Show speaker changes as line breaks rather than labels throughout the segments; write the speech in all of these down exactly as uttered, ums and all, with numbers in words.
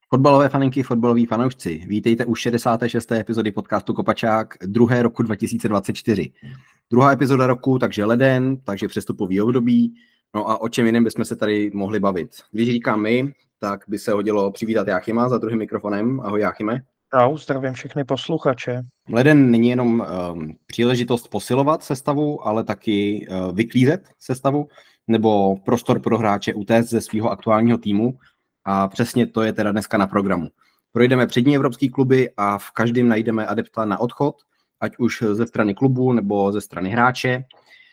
Fotbalové faninky, fotbaloví fanoušci, vítejte u šedesáté šesté epizody podcastu Kopačák, druhé roku dva tisíce dvacet čtyři. Druhá epizoda roku, takže leden, takže přestupový období. No a o čem jiném bychom se tady mohli bavit. Když říkám my, tak by se hodilo přivítat Jáchyma za druhým mikrofonem. Ahoj Jáchyme.
Ahoj, zdravím všechny posluchače.
Leden není jenom um, příležitost posilovat sestavu, ale taky uh, vyklízet sestavu, nebo prostor pro hráče utéct ze svého aktuálního týmu. A přesně to je teda dneska na programu. Projdeme přední evropský kluby a v každém najdeme adepta na odchod, ať už ze strany klubu nebo ze strany hráče.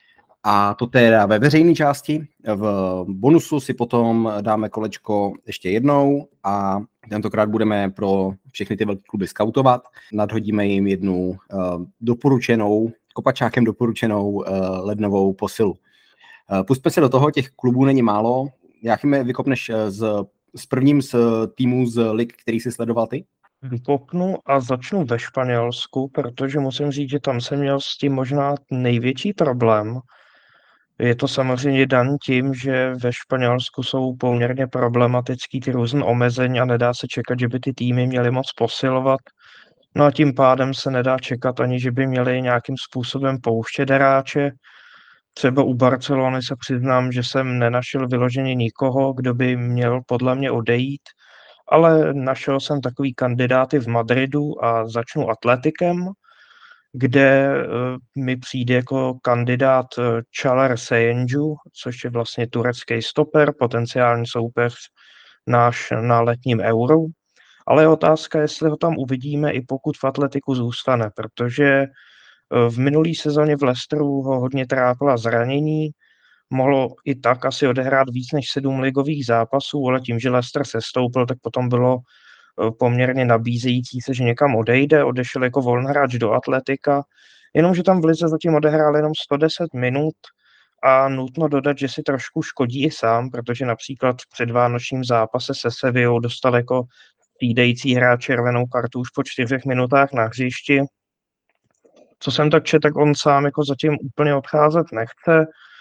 A to teda ve veřejné části. V bonusu si potom dáme kolečko ještě jednou a tentokrát budeme pro všechny ty velké kluby skautovat. Nadhodíme jim jednu uh, doporučenou, Kopačákem doporučenou uh, lednovou posilu. Uh, pustme se do toho, těch klubů není málo. Jáchyme, vykopneš z, s prvním z týmů z lig, který jsi sledoval ty?
Vykopnu a začnu ve Španělsku, protože musím říct, že tam jsem měl s tím možná největší problém. Je to samozřejmě dan tím, že ve Španělsku jsou poměrně problematický ty různé omezení a nedá se čekat, že by ty týmy měly moc posilovat. No a tím pádem se nedá čekat ani, že by měli nějakým způsobem pouštět hráče. Třeba u Barcelony se přiznám, že jsem nenašel vyloženě nikoho, kdo by měl podle mě odejít, ale našel jsem takový kandidáty v Madridu a začnu Atletikem, kde mi přijde jako kandidát Çağlar Sayıncı, což je vlastně turecký stoper, potenciální soupeř náš na letním Euro. Ale je otázka, jestli ho tam uvidíme, i pokud v Atletiku zůstane, protože v minulý sezóně v Leicesteru ho hodně trápila zranění, mohlo i tak asi odehrát víc než sedm ligových zápasů, ale tím, že Leicester sestoupil, tak potom bylo poměrně nabízející se, že někam odejde, odešel jako volnohráč do Atletika, jenomže tam v lize zatím odehrál jenom sto deset minut a nutno dodat, že si trošku škodí i sám, protože například v předvánočním zápase se Sevillou dostal jako střídající hráč červenou kartu už po čtyřech minutách na hřišti. Co jsem tak četl, tak on sám jako zatím úplně odcházet nechce,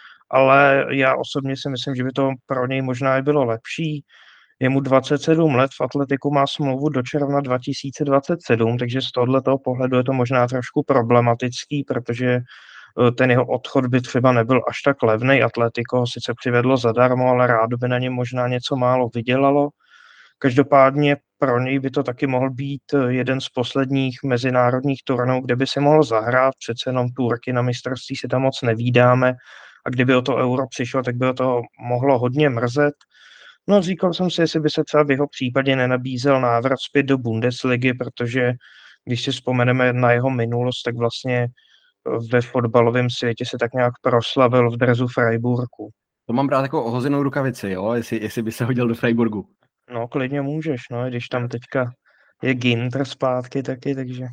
ale já osobně si myslím, že by to pro něj možná i bylo lepší. Je mu dvacet sedm let, v Atletiku má smlouvu do června dva tisíce dvacet sedm, takže z tohoto pohledu je to možná trošku problematický, protože ten jeho odchod by třeba nebyl až tak levnej. Atletico ho sice přivedlo zadarmo, ale rádo by na něm možná něco málo vydělalo. Každopádně pro něj by to taky mohl být jeden z posledních mezinárodních turnajů, kde by si mohl zahrát, přece jenom Turky na mistrovství si tam moc nevídáme a kdyby o to Euro přišlo, tak by o to mohlo hodně mrzet. No říkal jsem si, jestli by se třeba v jeho případě nenabízel návrat zpět do Bundesligy, protože když si vzpomeneme na jeho minulost, tak vlastně ve fotbalovém světě se tak nějak proslavil v dresu Freiburgu.
To mám brát jako ohozenou rukavici, jo? Jestli, jestli by se hodil do Freiburgu.
No, klidně můžeš, no, když tam teďka je Ginter zpátky taky, takže...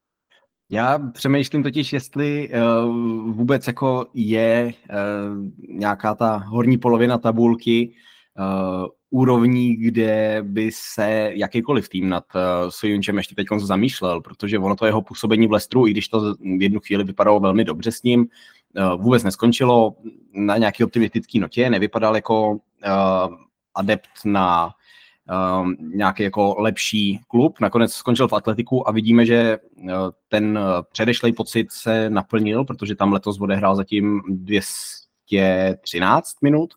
Já přemýšlím totiž, jestli uh, vůbec jako je uh, nějaká ta horní polovina tabulky uh, úrovní, kde by se jakýkoliv tým nad uh, Soyunčem ještě teď zamýšlel, protože ono to jeho působení v Leicesteru, i když to v jednu chvíli vypadalo velmi dobře s ním, uh, vůbec neskončilo na nějaký optimistický notě, nevypadal jako uh, adept na Um, nějaký jako lepší klub. Nakonec skončil v Atletiku a vidíme, že uh, ten uh, předešlej pocit se naplnil, protože tam letos odehrál zatím dvě stě třináct minut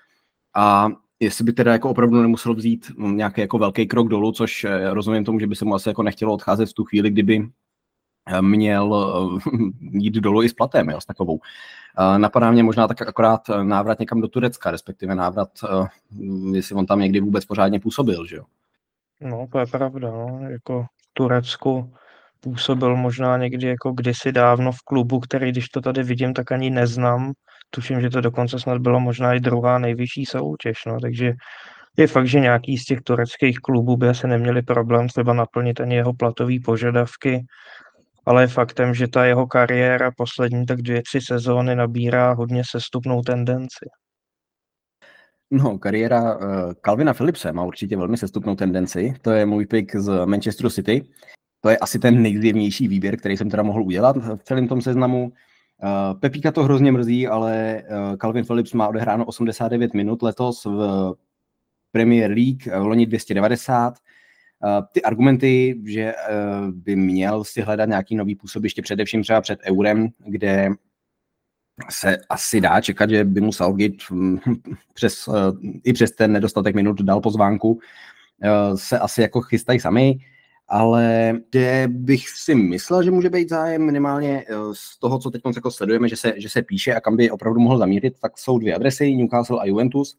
a jestli by teda jako opravdu nemusel vzít nějaký jako velký krok dolů, což uh, rozumím tomu, že by se mu asi jako nechtělo odcházet v tu chvíli, kdyby uh, měl uh, jít dolů i s platem, jo, s takovou. Uh, napadá mě možná tak akorát návrat někam do Turecka, respektive návrat, uh, jestli on tam někdy vůbec pořádně působil, že jo?
No, to je pravda, no. Jako v Turecku působil možná někdy jako kdysi dávno v klubu, který, když to tady vidím, tak ani neznám. Tuším, že to dokonce snad bylo možná i druhá nejvyšší soutěž, no, takže je fakt, že nějaký z těch tureckých klubů by asi neměli problém třeba naplnit ani jeho platové požadavky, ale je faktem, že ta jeho kariéra poslední tak dvě, tři sezóny nabírá hodně sestupnou tendenci.
No, kariéra uh, Calvina Phillipse má určitě velmi sestupnou tendenci. To je můj pick z Manchesteru City. To je asi ten nejzjevnější výběr, který jsem teda mohl udělat v celém tom seznamu. Uh, Pepíka to hrozně mrzí, ale uh, Calvin Phillips má odehráno osmdesát devět minut letos v Premier League, v loni dvě stě devadesát. Ty argumenty, že by měl si hledat nějaký nový působiště, především třeba před Eurem, kde se asi dá čekat, že by mu Southgate přes, i přes ten nedostatek minut dal pozvánku, se asi jako chystají sami, ale kde bych si myslel, že může být zájem minimálně z toho, co teď jako sledujeme, že se, že se píše a kam by opravdu mohl zamířit, tak jsou dvě adresy, Newcastle a Juventus.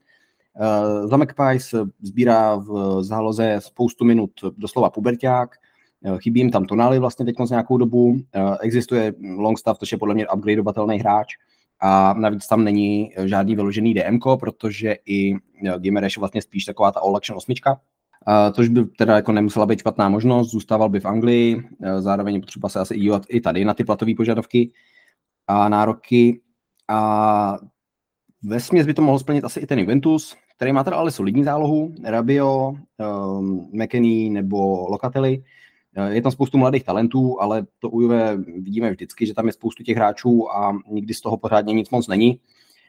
Za Magpies sbírá v záloze spoustu minut doslova puberťák, chybí jim tam Tonali vlastně teď z nějakou dobu, existuje Longstaff, což je podle mě upgradeovatelný hráč a navíc tam není žádný vyložený D M ko, protože i Gimereš je vlastně spíš taková ta all-action osmička, což by teda jako nemusela být špatná možnost, zůstával by v Anglii, zároveň potřeba se asi i dívat i tady na ty platové požadavky a nároky a vesměs by to mohl splnit asi i ten Juventus, který má teda ale solidní zálohu, Rabiot, um, McKennie nebo Locatelli. Je tam spoustu mladých talentů, ale to u Juve vidíme vždycky, že tam je spoustu těch hráčů a nikdy z toho pořádně nic moc není.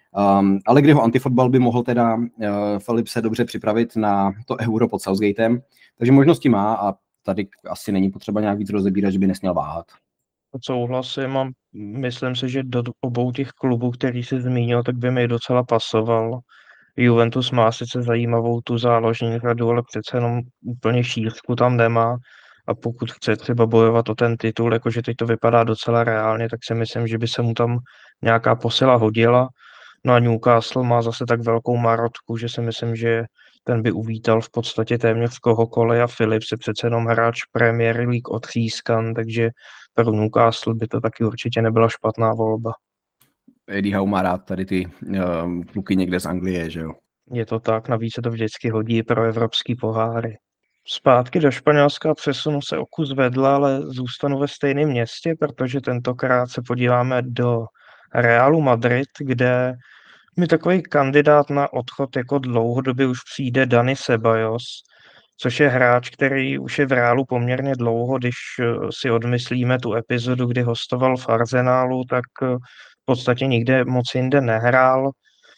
Um, ale kdy ho antifotbal by mohl teda uh, Filip se dobře připravit na to Euro pod Southgatem, takže možnosti má a tady asi není potřeba nějak víc rozebírat, že by nesměl váhat.
Souhlasím a myslím si, že do obou těch klubů, který jsi zmínil, tak by mi docela pasoval. Juventus má sice zajímavou tu záložní řadu, ale přece jenom úplně šířku tam nemá. A pokud chce třeba bojovat o ten titul, jakože teď to vypadá docela reálně, tak si myslím, že by se mu tam nějaká posila hodila. No a Newcastle má zase tak velkou marotku, že si myslím, že ten by uvítal v podstatě téměř kohokoliv a Filip se přece jenom hráč Premier League otřískan, takže pro Newcastle by to taky určitě nebyla špatná volba.
Eddie Howe má rád tady ty um, kluky někde z Anglie, že jo?
Je to tak, navíc se to vždycky hodí pro evropský poháry. Zpátky do Španělska přesunu se o kus vedle, ale zůstanu ve stejném městě, protože tentokrát se podíváme do Realu Madrid, kde mi takový kandidát na odchod jako dlouhodobě už přijde Dani Ceballos, což je hráč, který už je v Realu poměrně dlouho. Když si odmyslíme tu epizodu, kdy hostoval v Arsenálu, tak v podstatě nikde moc jinde nehrál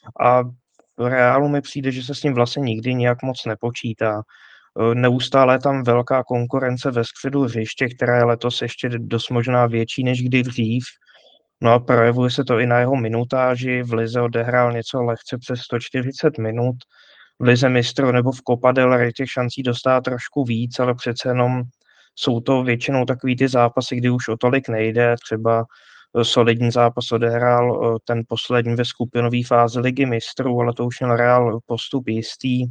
a v Realu mi přijde, že se s ním vlastně nikdy nějak moc nepočítá. Neustále je tam velká konkurence ve středu hřiště, která je letos ještě dost možná větší než kdy dřív. No a projevuje se to i na jeho minutáži. V lize odehrál něco lehce přes sto čtyřicet minut. V lize mistrů nebo v Copa del Rey těch šancí dostává trošku víc, ale přece jenom jsou to většinou takový ty zápasy, kdy už o tolik nejde. Třeba solidní zápas odehrál ten poslední ve skupinové fázi ligy mistrů, ale to už měl Real postup jistý.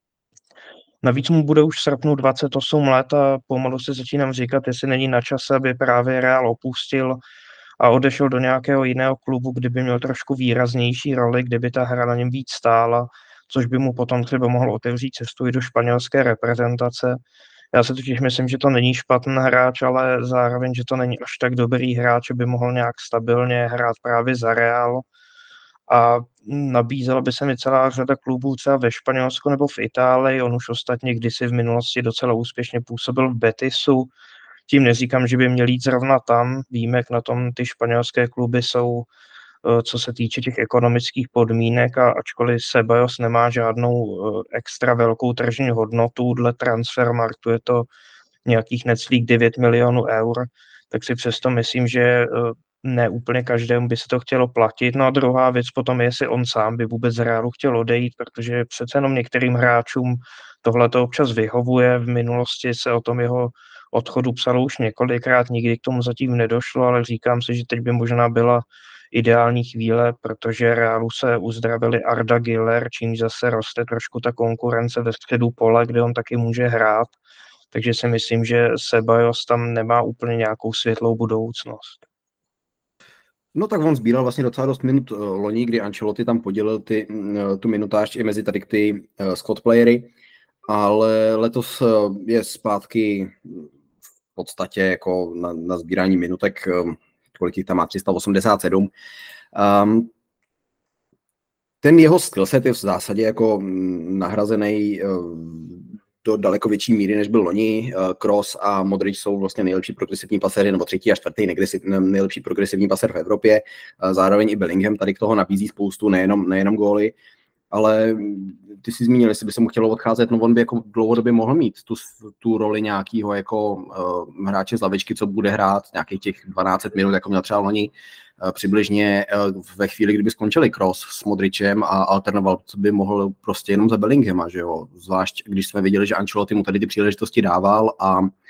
Navíc mu bude už v srpnu dvacet osm let a pomalu si začínám říkat, jestli není na čase, aby právě Real opustil a odešel do nějakého jiného klubu, kde by měl trošku výraznější roli, kde by ta hra na něm víc stála, což by mu potom třeba mohl otevřít cestu i do španělské reprezentace. Já si totiž myslím, že to není špatný hráč, ale zároveň, že to není až tak dobrý hráč, aby mohl nějak stabilně hrát právě za Real. A nabízela by se mi celá řada klubů třeba ve Španělsku nebo v Itálii. On už ostatně kdysi v minulosti docela úspěšně působil v Betisu. Tím neříkám, že by měl jít zrovna tam. Víme, jak na tom ty španělské kluby jsou, co se týče těch ekonomických podmínek, a ačkoliv Ceballos nemá žádnou extra velkou tržní hodnotu, dle Transfermarktu je to nějakých necelých devět milionů eur, tak si přesto myslím, že ne úplně každému by se to chtělo platit. No a druhá věc potom je, jestli on sám by vůbec z Realu chtěl odejít, protože přece jenom některým hráčům tohle to občas vyhovuje. V minulosti se o tom jeho odchodu psalo už několikrát, nikdy k tomu zatím nedošlo, ale říkám si, že teď by možná byla ideální chvíle, protože Realu se uzdravili Arda Güler, čímž zase roste trošku ta konkurence ve středu pole, kde on taky může hrát. Takže si myslím, že Ceballos tam nemá úplně nějakou světlou budoucnost.
No tak on sbíral vlastně docela dost minut loni, kdy Ancelotti tam podělil ty, tu minutáž i mezi tady ty squad playery, ale letos je zpátky v podstatě jako na, na sbírání minutek, kolik jich tam má, tři sta osmdesát sedm. Um, ten jeho skillset je v zásadě jako nahrazený do daleko větší míry, než byl loni. Kroos a Modric jsou vlastně nejlepší progresivní paseři, nebo třetí a čtvrtý nejlepší progresivní paser v Evropě. Zároveň i Bellingham tady k toho nabízí spoustu, nejenom, nejenom góly. ale ty jsi zmínil, jestli by se mu chtělo odcházet, no on by jako dlouhodobě mohl mít tu, tu roli nějakého jako uh, hráče z lavičky, co bude hrát nějakých těch dvanáct minut, jako měl třeba loni, uh, přibližně uh, ve chvíli, kdyby skončili Kroos s Modricem a alternoval, co by mohl prostě jenom za Bellinghama, že jo, zvlášť když jsme viděli, že Ancelotti mu tady ty příležitosti dával a uh,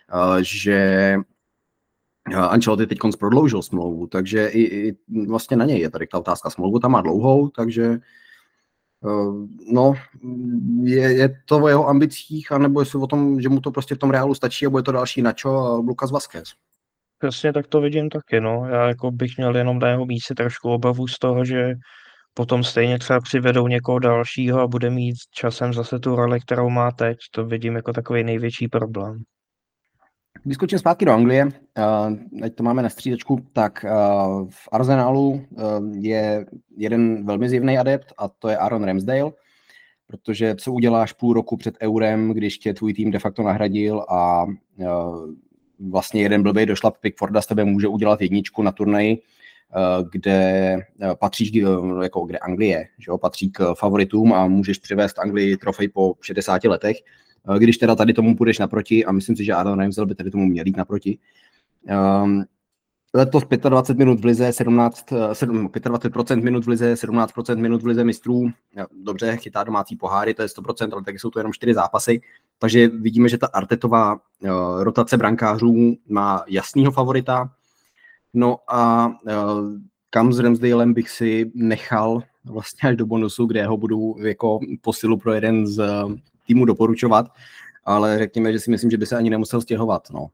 že Ancelotti teď prodloužil smlouvu, takže i, i vlastně na něj je tady ta otázka. Smlouvu tam má dlouhou, takže no, je, je to o jeho ambicích, anebo jestli o tom, že mu to prostě v tom Reálu stačí a bude to další Nacho a Lucas Vázquez.
Přesně tak to vidím taky, no. Já jako bych měl jenom na jeho místě trošku obavu z toho, že potom stejně třeba přivedou někoho dalšího a bude mít časem zase tu roli, kterou má teď. To vidím jako takový největší problém.
Když skočím zpátky do Anglie, ať to máme na střídečku, tak v Arsenalu je jeden velmi zjevný adept a to je Aaron Ramsdale, protože co uděláš půl roku před eurem, když tě tvůj tým de facto nahradil a vlastně jeden blbej došlap Pickforda z tebe může udělat jedničku na turnaji, kde patříš, jako kde Anglie, že jo, patří k favoritům a můžeš přivést Anglii trofej po šedesáti letech. Když teda tady tomu půjdeš naproti, a myslím si, že Aaron Ramsdale by tady tomu měl jít naproti. Um, letos dvacet pět minut v lize, sedmnáct, sedm, dvacet pět procent minut v lize, sedmnáct procent minut v lize mistrů. Dobře, chytá domácí poháry, to je sto procent, ale taky jsou to jenom čtyři zápasy. Takže vidíme, že ta Artetová uh, rotace brankářů má jasného favorita. No a uh, kam s Ramsdalem bych si nechal vlastně až do bonusu, kde ho budu jako posilu pro jeden z uh, týmu doporučovat, ale řekněme, že si myslím, že by se ani nemusel stěhovat. No.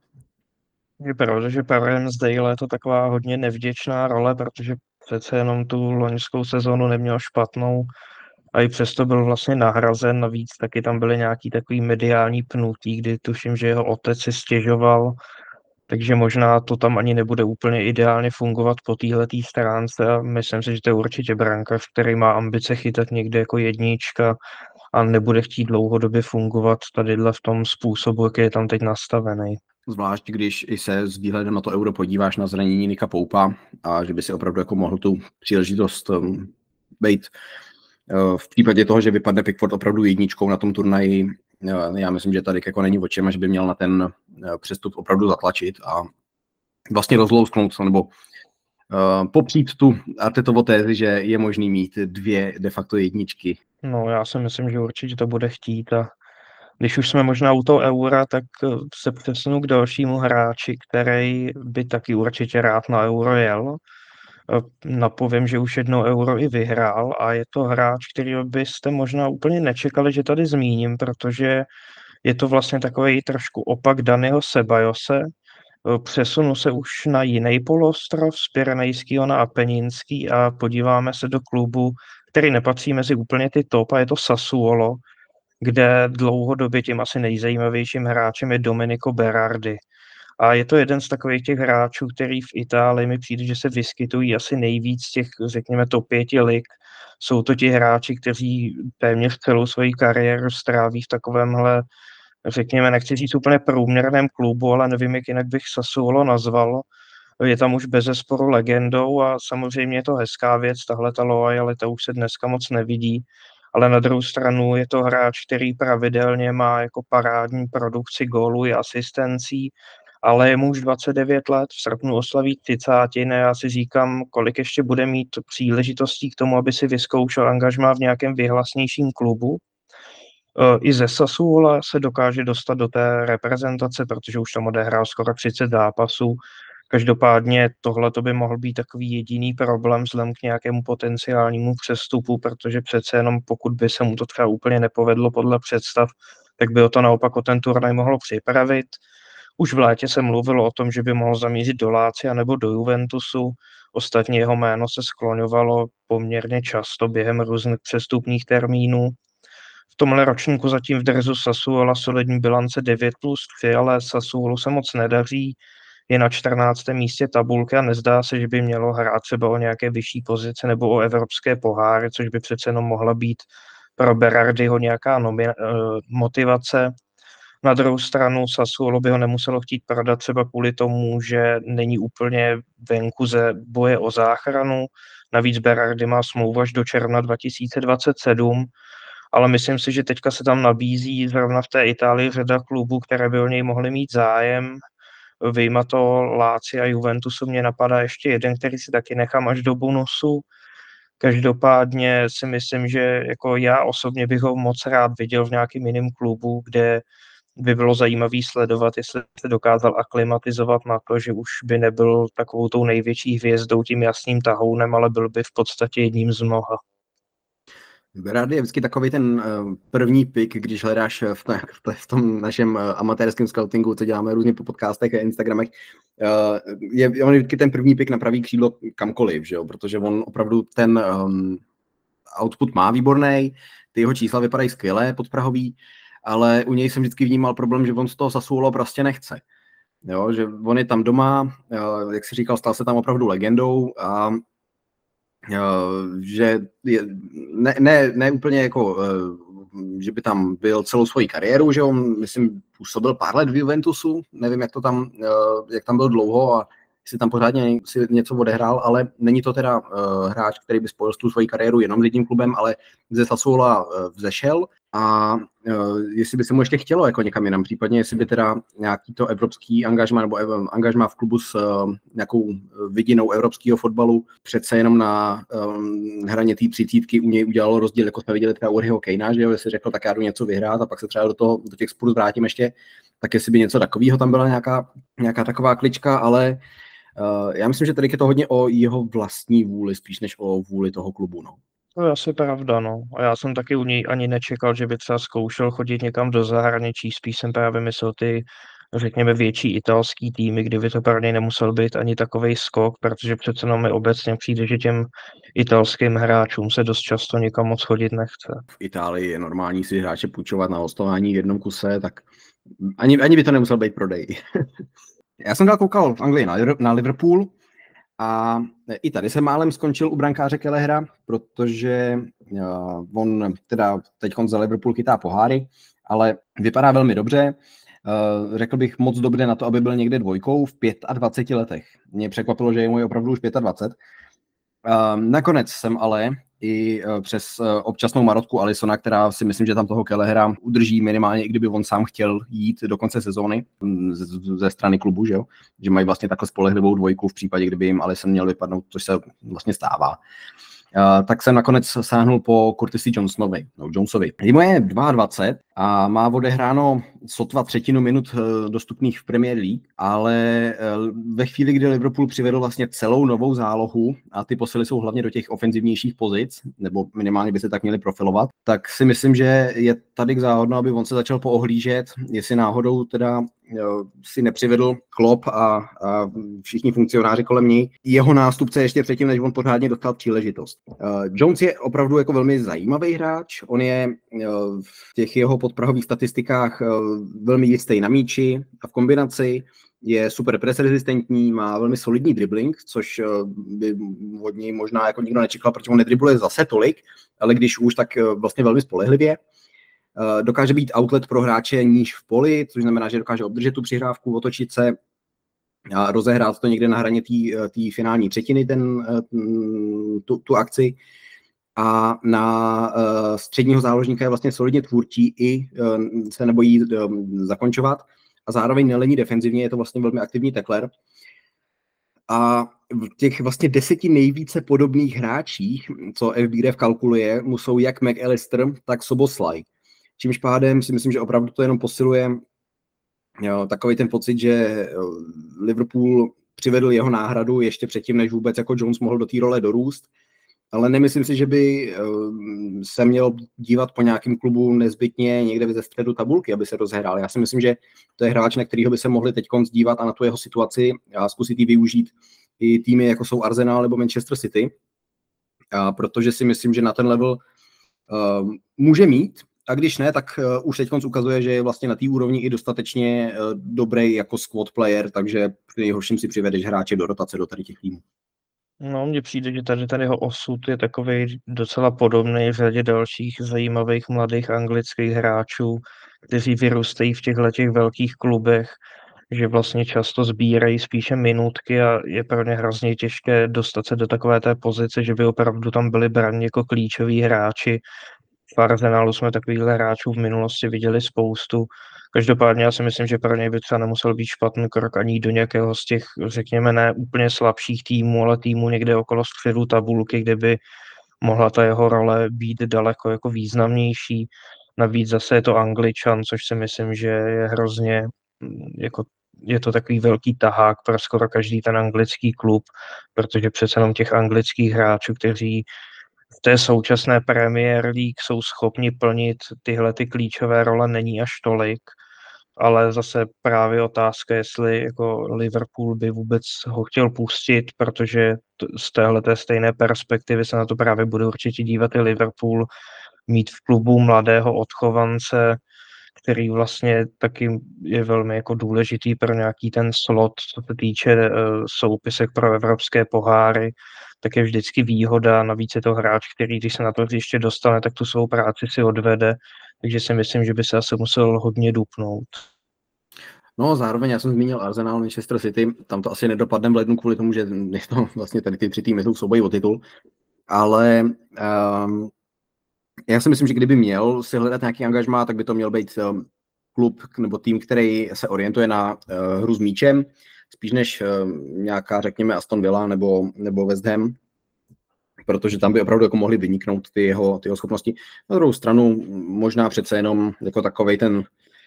Je pravda, že pro Ramsdale je to taková hodně nevděčná role, protože přece jenom tu loňskou sezónu neměl špatnou a i přesto byl vlastně nahrazen. Navíc taky tam byly nějaký takový mediální pnutí, kdy tuším, že jeho otec si stěžoval, takže možná to tam ani nebude úplně ideálně fungovat po téhletý stránce a myslím si, že to je určitě brankář, který má ambice chytat někde jako jednička a nebude chtít dlouhodobě fungovat tadyhle v tom způsobu, jaký je tam teď nastavený.
Zvlášť, když i se s výhledem na to euro podíváš na zranění Nika Poupa a že by si opravdu jako mohl tu příležitost um, být. Uh, v případě toho, že vypadne Pickford opravdu jedničkou na tom turnaji, uh, já myslím, že tady jako není o čem, že by měl na ten uh, přestup opravdu zatlačit a vlastně rozlousknout, nebo uh, popřít tu Artetovo tézi, že je možný mít dvě de facto jedničky.
No, já si myslím, že určitě to bude chtít a když už jsme možná u toho eura, tak se přesunu k dalšímu hráči, který by taky určitě rád na euro jel. Napovím, že už jednou euro i vyhrál a je to hráč, který byste možná úplně nečekali, že tady zmíním, protože je to vlastně takový trošku opak Daniho Sebajose. Přesunu se už na jiný poloostrov z Pyrenejského na Apeninský a podíváme se do klubu, který nepatří mezi úplně ty top a je to Sassuolo, kde dlouhodobě tím asi nejzajímavějším hráčem je Domenico Berardi. A je to jeden z takových těch hráčů, který v Itálii mi přijde, že se vyskytují asi nejvíc těch, řekněme, top pěti lig. Jsou to ti hráči, kteří téměř celou svoji kariéru stráví v takovémhle, řekněme, nechci říct úplně průměrném klubu, ale nevím, jak jinak bych Sassuolo nazval. Je tam už bezesporu legendou a samozřejmě je to hezká věc, tahle ta loajalita už se dneska moc nevidí. Ale na druhou stranu je to hráč, který pravidelně má jako parádní produkci gólů i asistencí, ale je mu už dvacet devět let, v srpnu oslaví třicátiny, já si říkám, kolik ještě bude mít příležitostí k tomu, aby si vyzkoušel angažmá v nějakém vyhlasnějším klubu. I ze Sassuola se dokáže dostat do té reprezentace, protože už tam odehrál skoro třicet zápasů. Každopádně tohle to by mohl být takový jediný problém vzhledem k nějakému potenciálnímu přestupu, protože přece jenom pokud by se mu to třeba úplně nepovedlo podle představ, tak by ho to naopak o ten turnaj mohlo připravit. Už v létě se mluvilo o tom, že by mohl zamířit do Lácia nebo do Juventusu. Ostatně jeho jméno se skloňovalo poměrně často během různých přestupních termínů. V tomhle ročníku zatím v dresu Sassuola solidní bilance devět plus tři, ale Sassuolu se moc nedaří. Je na čtrnáctém místě tabulky a nezdá se, že by mělo hrát třeba o nějaké vyšší pozice nebo o evropské poháry, což by přece jenom mohla být pro Berardiho nějaká nomi- motivace. Na druhou stranu Sassuolo by ho nemuselo chtít prodat třeba kvůli tomu, že není úplně venku ze boje o záchranu. Navíc Berardi má smlouvu až do června dva tisíce dvacet sedm, ale myslím si, že teďka se tam nabízí zrovna v té Itálii řada klubů, které by o něj mohly mít zájem. Vyjma to Lazia a Juventusu mě napadá ještě jeden, který si taky nechám až do bonusu. Každopádně si myslím, že jako já osobně bych ho moc rád viděl v nějakém jiném klubu, kde by bylo zajímavý sledovat, jestli se dokázal aklimatizovat na to, že už by nebyl takovou tou největší hvězdou, tím jasným tahounem, ale byl by v podstatě jedním z mnoha.
Berardi je vždycky takový ten uh, první pick, když hledáš v, t- v, t- v tom našem uh, amatérském scoutingu, co děláme různě po podcastech a Instagramech, uh, je on je vždycky ten první pick na pravý křídlo kamkoliv, že jo? Protože on opravdu ten um, output má výborný, ty jeho čísla vypadají skvěle, podprahový, ale u něj jsem vždycky vnímal problém, že on z toho Sassuolo prostě nechce. Jo? Že on je tam doma, uh, jak jsi říkal, stal se tam opravdu legendou a že je, ne, ne, ne úplně jako, že by tam byl celou svoji kariéru, že on, myslím, působil pár let v Juventusu, nevím, jak to tam, jak tam byl dlouho a jestli tam pořádně si něco odehrál, ale není to teda hráč, který by spojil tu svoji kariéru jenom s jedním klubem, ale ze Sassuola vzešel a jestli by se mu ještě chtělo jako někam jinam, případně jestli by teda nějaký to evropský angažmá nebo angažmá v klubu s nějakou vidinou evropského fotbalu přece jenom na um, hraně té třicítky u něj udělalo rozdíl, jako jsme viděli třeba u Harryho Kanea, že jo, jestli řekl, tak já jdu něco vyhrát a pak se třeba do, toho, do těch Spurs vrátím ještě, tak jestli by něco takového tam byla nějaká, nějaká taková klička, ale uh, já myslím, že tady je to hodně o jeho vlastní vůli, spíš než o vůli toho klubu, no.
To je asi pravda, no. A já jsem taky u něj ani nečekal, že by třeba zkoušel chodit někam do zahraničí, spíš jsem právě myslel ty, řekněme, větší italský týmy, kdyby to pro něj nemusel být ani takovej skok, protože přece jenom mi obecně přijde, že těm italským hráčům se dost často nikam moc chodit nechce.
V Itálii je normální si hráče půjčovat na hostování v jednom kuse, tak ani, ani by to nemusel být prodej. Já jsem dál koukal v Anglii na, na Liverpool, a i tady se málem skončil u brankáře Kelehera, protože uh, on teda teď za Liverpool chytá poháry, ale vypadá velmi dobře. Uh, řekl bych moc dobře na to, aby byl někde dvojkou v dvaceti pěti letech. Mě překvapilo, že je mu opravdu už dvacet pět. Uh, nakonec jsem ale i uh, přes uh, občasnou marotku Alissona, která si myslím, že tam toho Kelehera udrží minimálně, i kdyby on sám chtěl jít do konce sezóny z, z, ze strany klubu, že jo? Že mají vlastně takhle spolehlivou dvojku v případě, kdyby jim Alisson měl vypadnout, což se vlastně stává. Uh, tak jsem nakonec sáhnul po Curtisi Jonesovi. No, Jonesovi. Jemu je dvacet dva a má odehráno sotva třetinu minut uh, dostupných v Premier League, ale uh, ve chvíli, kdy Liverpool přivedl vlastně celou novou zálohu a ty posily jsou hlavně do těch ofenzivnějších pozic, nebo minimálně by se tak měli profilovat, tak si myslím, že je tady k záhodno, aby on se začal poohlížet, jestli náhodou teda si nepřivedl Klopp a, a všichni funkcionáři kolem něj jeho nástupce ještě předtím, než on pořádně dostal příležitost. Uh, Jones je opravdu jako velmi zajímavý hráč, on je uh, v těch jeho podprahových statistikách uh, velmi jistý na míči a v kombinaci je super press rezistentní, má velmi solidní dribbling, což uh, by od něj možná jako nikdo nečekal, protože on nedribluje zase tolik, ale když už, tak uh, vlastně velmi spolehlivě. Uh, dokáže být outlet pro hráče níž v poli, což znamená, že dokáže obdržet tu přihrávku, otočit se a rozehrát to někde na hraně té finální třetiny, ten, tu, tu akci. A na uh, středního záložníka je vlastně solidně tvůrčí i uh, se nebojí uh, zakončovat a zároveň nelení defenzivně, je to vlastně velmi aktivní tackler. A v těch vlastně deseti nejvíce podobných hráčích, co F B R F kalkuluje, mu jsou jak McAllister, tak Szoboszlai. Čímž pádem si myslím, že opravdu to jenom posiluje jo, takový ten pocit, že Liverpool přivedl jeho náhradu ještě předtím, než vůbec jako Jones mohl do té role dorůst. Ale nemyslím si, že by se měl dívat po nějakém klubu nezbytně někde ze středu tabulky, aby se rozhrál. Já si myslím, že to je hráč, na kterého by se mohli teď dívat a na tu jeho situaci a zkusit ji využít i týmy, jako jsou Arsenal nebo Manchester City. A protože si myslím, že na ten level uh, může mít, a když ne, tak uh, už teď ukazuje, že je vlastně na té úrovni i dostatečně uh, dobrý jako squad player, takže při nejhorším si přivedeš hráče do rotace do tady těch týmů.
No, mně přijde, že tady ten jeho osud je takový docela podobný v řadě dalších zajímavých mladých anglických hráčů, kteří vyrůstají v těchto těch velkých klubech, že vlastně často sbírají spíše minutky a je pro ně hrozně těžké dostat se do takové té pozice, že by opravdu tam byli braní jako klíčoví hráči. V Arsenalu jsme takovýchhle hráčů v minulosti viděli spoustu. Každopádně já si myslím, že pro něj by třeba nemusel být špatný krok ani do nějakého z těch, řekněme, ne úplně slabších týmů, ale týmů někde okolo středu tabulky, kde by mohla ta jeho role být daleko jako významnější. Navíc zase je to Angličan, což si myslím, že je hrozně mm, jako je to takový velký tahák pro skoro každý ten anglický klub, protože přece jenom těch anglických hráčů, kteří v té současné Premier League jsou schopni plnit tyhle ty klíčové role, není až tolik, ale zase právě otázka, jestli jako Liverpool by vůbec ho chtěl pustit, protože t- z téhleté stejné perspektivy se na to právě bude určitě dívat i Liverpool, mít v klubu mladého odchovance, který vlastně taky je velmi jako důležitý pro nějaký ten slot, co se týče uh, soupisek pro evropské poháry, tak je vždycky výhoda. Navíc je to hráč, který, když se na to hřiště dostane, tak tu svou práci si odvede, takže si myslím, že by se asi musel hodně dupnout.
No, zároveň já jsem zmínil Arsenal, Manchester City, tam to asi nedopadne v lednu kvůli tomu, že to vlastně tady ty tři týmy jsou v souboji o titul, ale um, já si myslím, že kdyby měl si hledat nějaký angažmá, tak by to měl být um, klub nebo tým, který se orientuje na uh, hru s míčem, spíš než uh, nějaká, řekněme, Aston Villa nebo, nebo West Ham, protože tam by opravdu jako mohly vyniknout ty jeho, ty jeho schopnosti. Na druhou stranu možná přece jenom jako takovej ten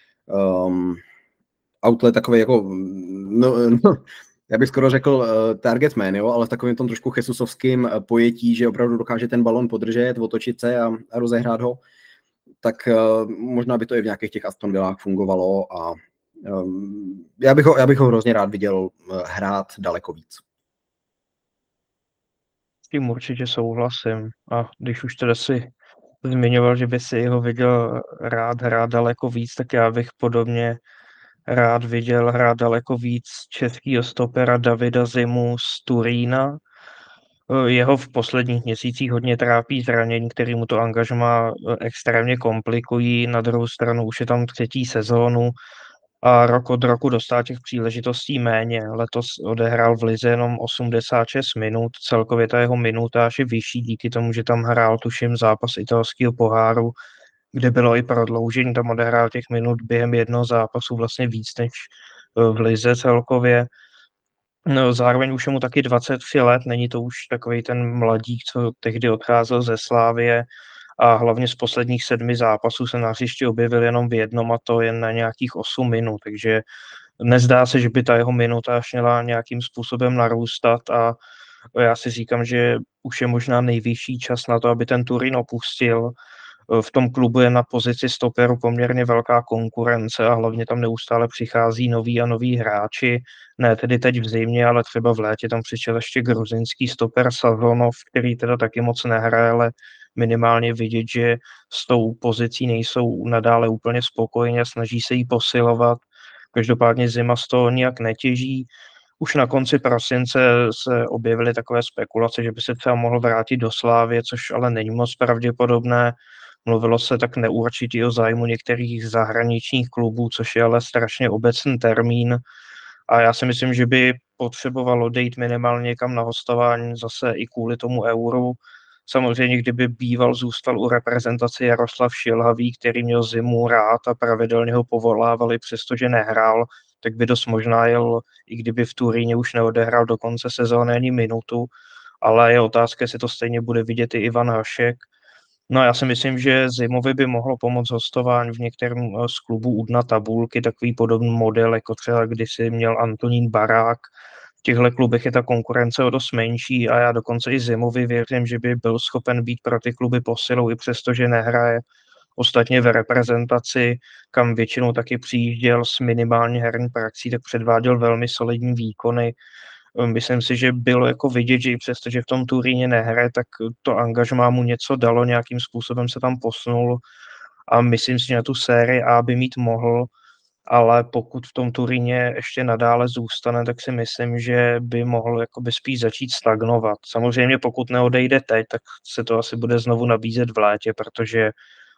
um, outlet, takový jako, no, no, já bych skoro řekl uh, target man, jo, ale v takovém tom trošku jesusovským pojetí, že opravdu dokáže ten balon podržet, otočit se a, a rozehrát ho, tak uh, možná by to i v nějakých těch Aston Villách fungovalo a um, já, bych ho, já bych ho hrozně rád viděl uh, hrát daleko víc.
S tím určitě souhlasím. A když už teda si zmiňoval, že by si ho viděl rád hrát daleko víc, tak já bych podobně rád viděl hrát daleko víc českýho stopera Davida Zimu z Turína. Jeho v posledních měsících hodně trápí zranění, který mu to angažmá extrémně komplikují. Na druhou stranu už je tam třetí sezónu a rok od roku dostá těch příležitostí méně. Letos odehrál v lize jenom osmdesát šest minut, celkově ta jeho minutáž je vyšší díky tomu, že tam hrál, tuším, zápas italského poháru, kde bylo i prodloužení, tam odehrál těch minut během jednoho zápasu vlastně víc než v lize celkově. No, zároveň už je mu taky dvacet tři let, není to už takový ten mladík, co tehdy odcházel ze Slávie a hlavně z posledních sedmi zápasů se na hřišti objevil jenom v jednom a to jen na nějakých osm minut, takže nezdá se, že by ta jeho minutáž měla nějakým způsobem narůstat a já si říkám, že už je možná nejvyšší čas na to, aby ten Turín opustil. V tom klubu je na pozici stoperu poměrně velká konkurence a hlavně tam neustále přichází noví a noví hráči. Ne tedy teď v zimě, ale třeba v létě tam přišel ještě gruzinský stoper Sazonov, který teda taky moc nehraje, ale minimálně vidět, že s tou pozicí nejsou nadále úplně spokojeni a snaží se jí posilovat. Každopádně Zima z toho nijak netěží. Už na konci prosince se objevily takové spekulace, že by se třeba mohl vrátit do Slávie, což ale není moc pravděpodobné. Mluvilo se tak neurčitě o zájmu některých zahraničních klubů, což je ale strašně obecný termín. A já si myslím, že by potřebovalo dejít minimálně někam na hostování zase i kvůli tomu euru. Samozřejmě, kdyby býval zůstal u reprezentace Jaroslav Šilhavý, který měl Zimu rád a pravidelně ho povolávali, přestože nehrál, tak by dost možná jel, i kdyby v Turíně už neodehrál do konce sezóny ani minutu, ale je otázka, jestli to stejně bude vidět i Ivan Hašek. No já si myslím, že Zimovi by mohlo pomoct hostování v některém z klubů u dna tabulky, takový podobný model, jako třeba kdysi měl Antonín Barák. V těchto klubech je ta konkurence o dost menší a já dokonce i Zimovi věřím, že by byl schopen být pro ty kluby posilou, i přesto, že nehraje. Ostatně ve reprezentaci, kam většinou taky přijížděl s minimální herní praxí, tak předváděl velmi solidní výkony. Myslím si, že bylo jako vidět, že i přesto, že v tom Turíně nehraje, tak to angažmá mu něco dalo, nějakým způsobem se tam posunul a myslím si, že na tu sérii A by mít mohl, ale pokud v tom Turíně ještě nadále zůstane, tak si myslím, že by mohl jakoby spíš začít stagnovat. Samozřejmě pokud neodejde teď, tak se to asi bude znovu nabízet v létě, protože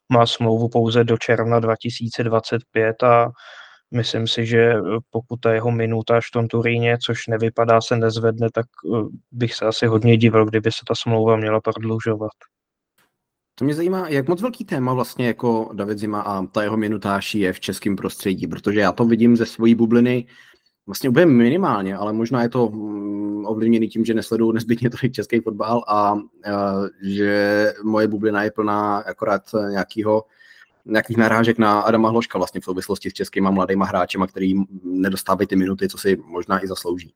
má smlouvu pouze do června dva tisíce dvacet pět a myslím si, že pokud ta jeho minutáž v tom Turíně, což nevypadá, se nezvedne, tak bych se asi hodně divil, kdyby se ta smlouva měla prodlužovat.
To mě zajímá, jak moc velký téma vlastně jako David Zima a ta jeho minutáž je v českém prostředí, protože já to vidím ze svojí bubliny vlastně úplně minimálně, ale možná je to ovlivněný tím, že nesleduju nezbytně tolik český fotbal a, a že moje bublina je plná akorát nějakýho, nějakých narážek na Adama Hloška vlastně v souvislosti s českýma mladýma hráčema, který nedostávají ty minuty, co si možná i zaslouží.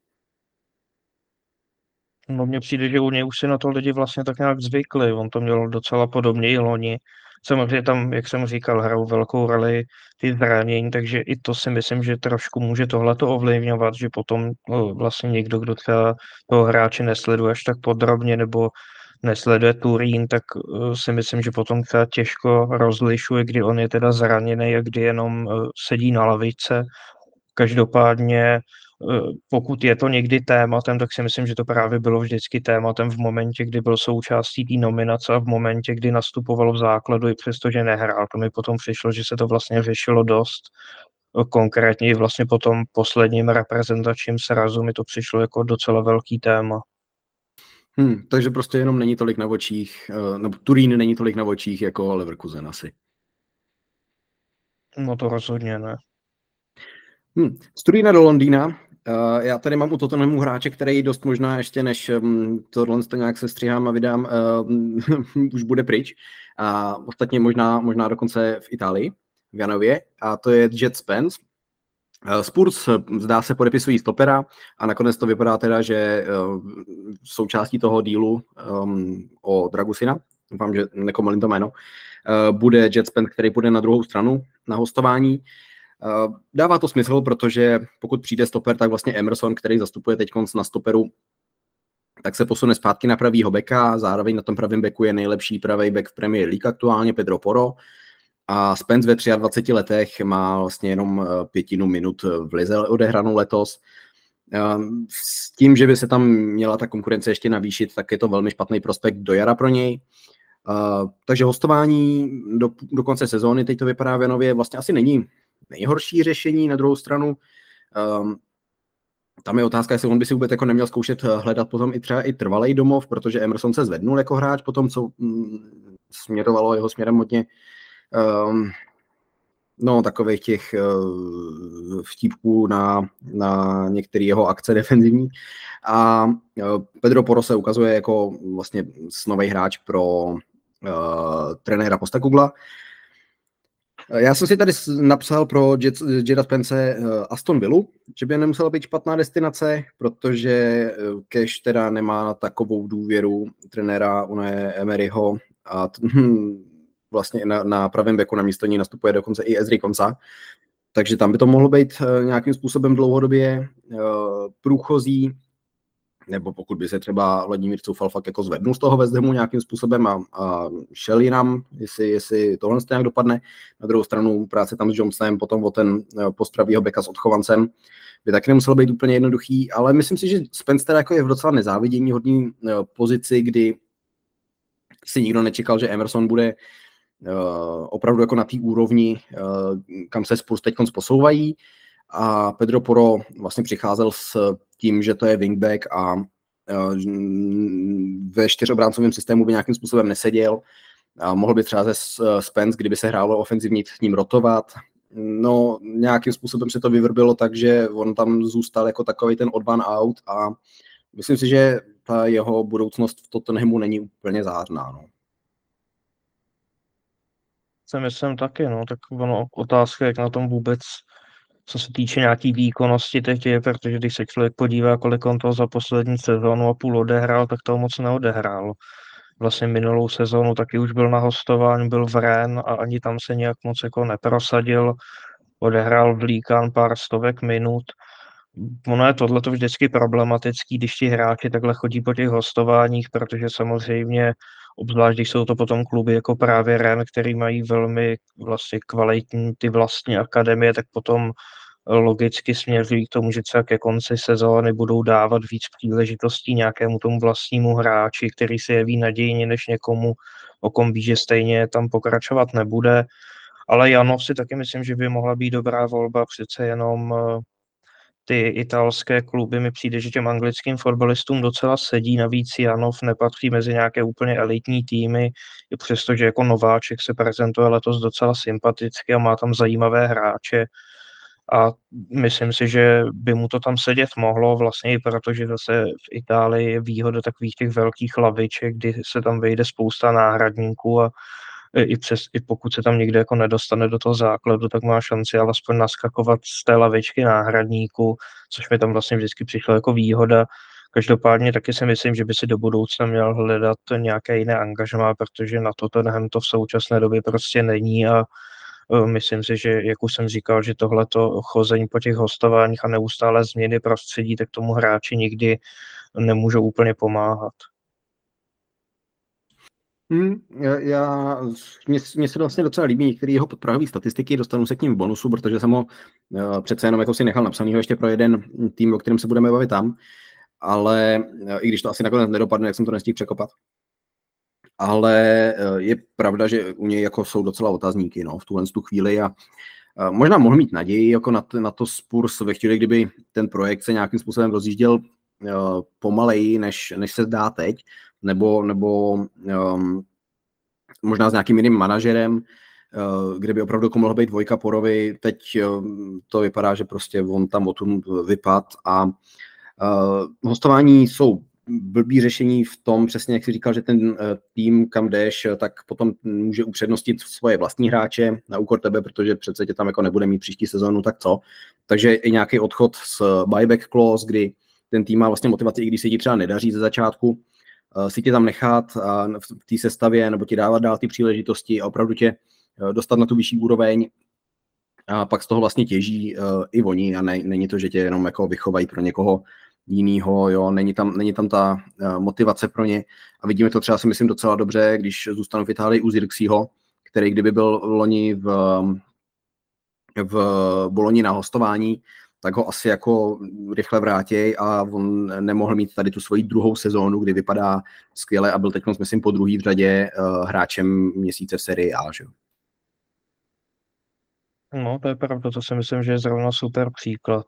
No mně přijde, že u něj už si na to lidi vlastně tak nějak zvykli. On to měl docela podobně i loni. Samozřejmě tam, jak jsem říkal, hrajou velkou roli ty zranění, takže i to si myslím, že trošku může tohleto ovlivňovat, že potom no, vlastně někdo, kdo třeba toho hráče nesleduje až tak podrobně nebo nesleduje Turín, tak uh, si myslím, že potom třeba těžko rozlišuje, kdy on je teda zraněný a kdy jenom uh, sedí na lavičce. Každopádně pokud je to někdy tématem, tak si myslím, že to právě bylo vždycky tématem v momentě, kdy byl součástí té nominace a v momentě, kdy nastupoval v základu, i přestože nehrál. To mi potom přišlo, že se to vlastně řešilo dost. Konkrétně i vlastně po tom posledním reprezentačním srazu mi to přišlo jako docela velký téma.
Hmm, takže prostě jenom není tolik na očích, nebo Turín není tolik na očích jako Leverkusen asi.
No to rozhodně ne.
Hmm. Z Turína do Londýna. Uh, já tady mám u Tottenhamu hráče, který dost možná ještě než um, tohle to nějak se stříhám a vydám, uh, už bude pryč. A ostatně možná, možná dokonce v Itálii, v Janově. A to je Jet Spence. Uh, Spurs zdá se podepisují stopera a nakonec to vypadá teda, že uh, součástí toho dílu um, o Dragusina, doufám, že nekomolím to jméno, uh, bude Jet Spence, který půjde na druhou stranu na hostování. Uh, dává to smysl, protože pokud přijde stoper, tak vlastně Emerson, který zastupuje teď na stoperu, tak se posune zpátky na pravýho beka, zároveň na tom pravém beku je nejlepší pravý bek v Premier League aktuálně, Pedro Porro, a Spence ve dvaceti třech letech má vlastně jenom pětinu minut v lize odehranou letos. Uh, s tím, že by se tam měla ta konkurence ještě navýšit, tak je to velmi špatný prospekt do jara pro něj. Uh, takže hostování do, do konce sezóny, teď to vypadá v Janově, vlastně asi není nejhorší řešení. Na druhou stranu um, tam je otázka, jestli on by si vůbec jako neměl zkoušet hledat potom i třeba i trvalej domov, protože Emerson se zvednul jako hráč potom, co mm, směrovalo jeho směrem hodně um, no takových těch uh, vtípků na, na některé jeho akce defenzivní. A uh, Pedro Porro se ukazuje jako vlastně nový hráč pro uh, trenéra Postekugla. Já jsem si tady napsal pro Jeda Spence Aston Villa, že by nemusela být špatná destinace, protože Cash teda nemá takovou důvěru trenéra Unaje Emeryho a t- vlastně na, na pravém beku na místo ní nastupuje dokonce i Ezri Konsa, takže tam by to mohlo být nějakým způsobem dlouhodobě průchozí, nebo pokud by se třeba Vladimír Coufal fakt jako zvednul z toho West Hamu nějakým způsobem a, a šel jinam, jestli, jestli tohle nějak dopadne. Na druhou stranu práce tam s Johnsonem, potom o ten post pravýho beka s Odchovancem by taky nemuselo být úplně jednoduchý, ale myslím si, že Spence teda jako je v docela nezávidění hodný pozici, kdy si nikdo nečekal, že Emerson bude uh, opravdu jako na té úrovni, uh, kam se Spurs teď posouvají. A Pedro Porro vlastně přicházel s tím, že to je wingback a uh, ve čtyřobráncovém systému by nějakým způsobem neseděl. A mohl by třeba ze Spence, kdyby se hrálo ofenzivně, s ním rotovat. No, nějakým způsobem se to vyvrbilo tak, že on tam zůstal jako takový ten odd one out a myslím si, že ta jeho budoucnost v Tottenhamu není úplně zářná. No.
Si myslím taky, no, tak ono otázka, jak na tom vůbec, co se týče nějaký výkonnosti teď je, protože když se člověk podívá, kolik on toho za poslední sezónu a půl odehrál, tak toho moc neodehrál. Vlastně minulou sezónu taky už byl na hostování, byl v Rennes a ani tam se nějak moc jako neprosadil. Odehrál v Líkán pár stovek minut. Ono je tohleto vždycky problematický, když ti hráči takhle chodí po těch hostováních, protože samozřejmě, obzvlášť když jsou to potom kluby jako právě Rennes, který mají velmi vlastně kvalitní ty vlastní akademie, tak potom logicky směřují k tomu, že třeba ke konci sezóny budou dávat víc příležitostí nějakému tomu vlastnímu hráči, který se jeví nadějně než někomu, o kom ví, že stejně tam pokračovat nebude. Ale Janov si taky myslím, že by mohla být dobrá volba, přece jenom ty italské kluby mi přijde, že těm anglickým fotbalistům docela sedí, navíc Janov nepatří mezi nějaké úplně elitní týmy, i přesto, že jako nováček se prezentuje letos docela sympaticky a má tam zajímavé hráče a myslím si, že by mu to tam sedět mohlo, vlastně i protože zase v Itálii je výhoda takových těch velkých laviček, kdy se tam vejde spousta náhradníků a i, přes, i pokud se tam někde jako nedostane do toho základu, tak má šanci alespoň naskakovat z té lavičky náhradníků, což mi tam vlastně vždycky přišlo jako výhoda. Každopádně taky si myslím, že by si do budoucna měl hledat nějaké jiné angažmá, protože na Tottenham to v současné době prostě není a myslím si, že, jak už jsem říkal, že tohleto chození po těch hostováních a neustále změny prostředí, tak tomu hráči nikdy nemůžou úplně pomáhat.
Hmm, já, mě, mě se vlastně docela líbí některé jeho podprahové statistiky, dostanu se k ním v bonusu, protože jsem ho uh, přece jenom jako si nechal napsanýho ještě pro jeden tým, o kterém se budeme bavit tam, ale uh, i když to asi nakonec nedopadne, jak jsem to nestihl překopat. Ale uh, je pravda, že u něj jako jsou docela otazníky no, v tuhle tu chvíli a uh, možná mohl mít naději jako na, t- na to Spurs ve chvíli, kdyby ten projekt se nějakým způsobem rozjížděl uh, pomaleji, než, než se zdá teď, nebo, nebo um, možná s nějakým jiným manažerem, uh, kde by opravdu mohl být Vojka Porovi. Teď uh, to vypadá, že prostě on tam odtud vypad a uh, hostování jsou blbý řešení v tom, přesně jak jsi říkal, že ten uh, tým, kam jdeš, tak potom může upřednostit svoje vlastní hráče na úkor tebe, protože přece tě tam jako nebude mít příští sezónu, tak co. Takže i nějaký odchod s buyback clause, kdy ten tým má vlastně motivaci, i když se ti třeba nedaří ze začátku, si tě tam nechat v té sestavě nebo ti dávat dál ty příležitosti a opravdu tě dostat na tu vyšší úroveň a pak z toho vlastně těží i oni a ne, není to, že tě jenom jako vychovají pro někoho jinýho, jo, není tam, není tam ta motivace pro ně a vidíme to třeba si myslím docela dobře, když zůstanu v Itálii u Zirksiho, který kdyby byl loni v, v Boloni na hostování, tak ho asi jako rychle vrátěj a on nemohl mít tady tu svoji druhou sezónu, kdy vypadá skvěle a byl teď, myslím, po druhý v řadě uh, hráčem měsíce v sérii A, že?
No, to je pravda, to si myslím, že je zrovna super příklad.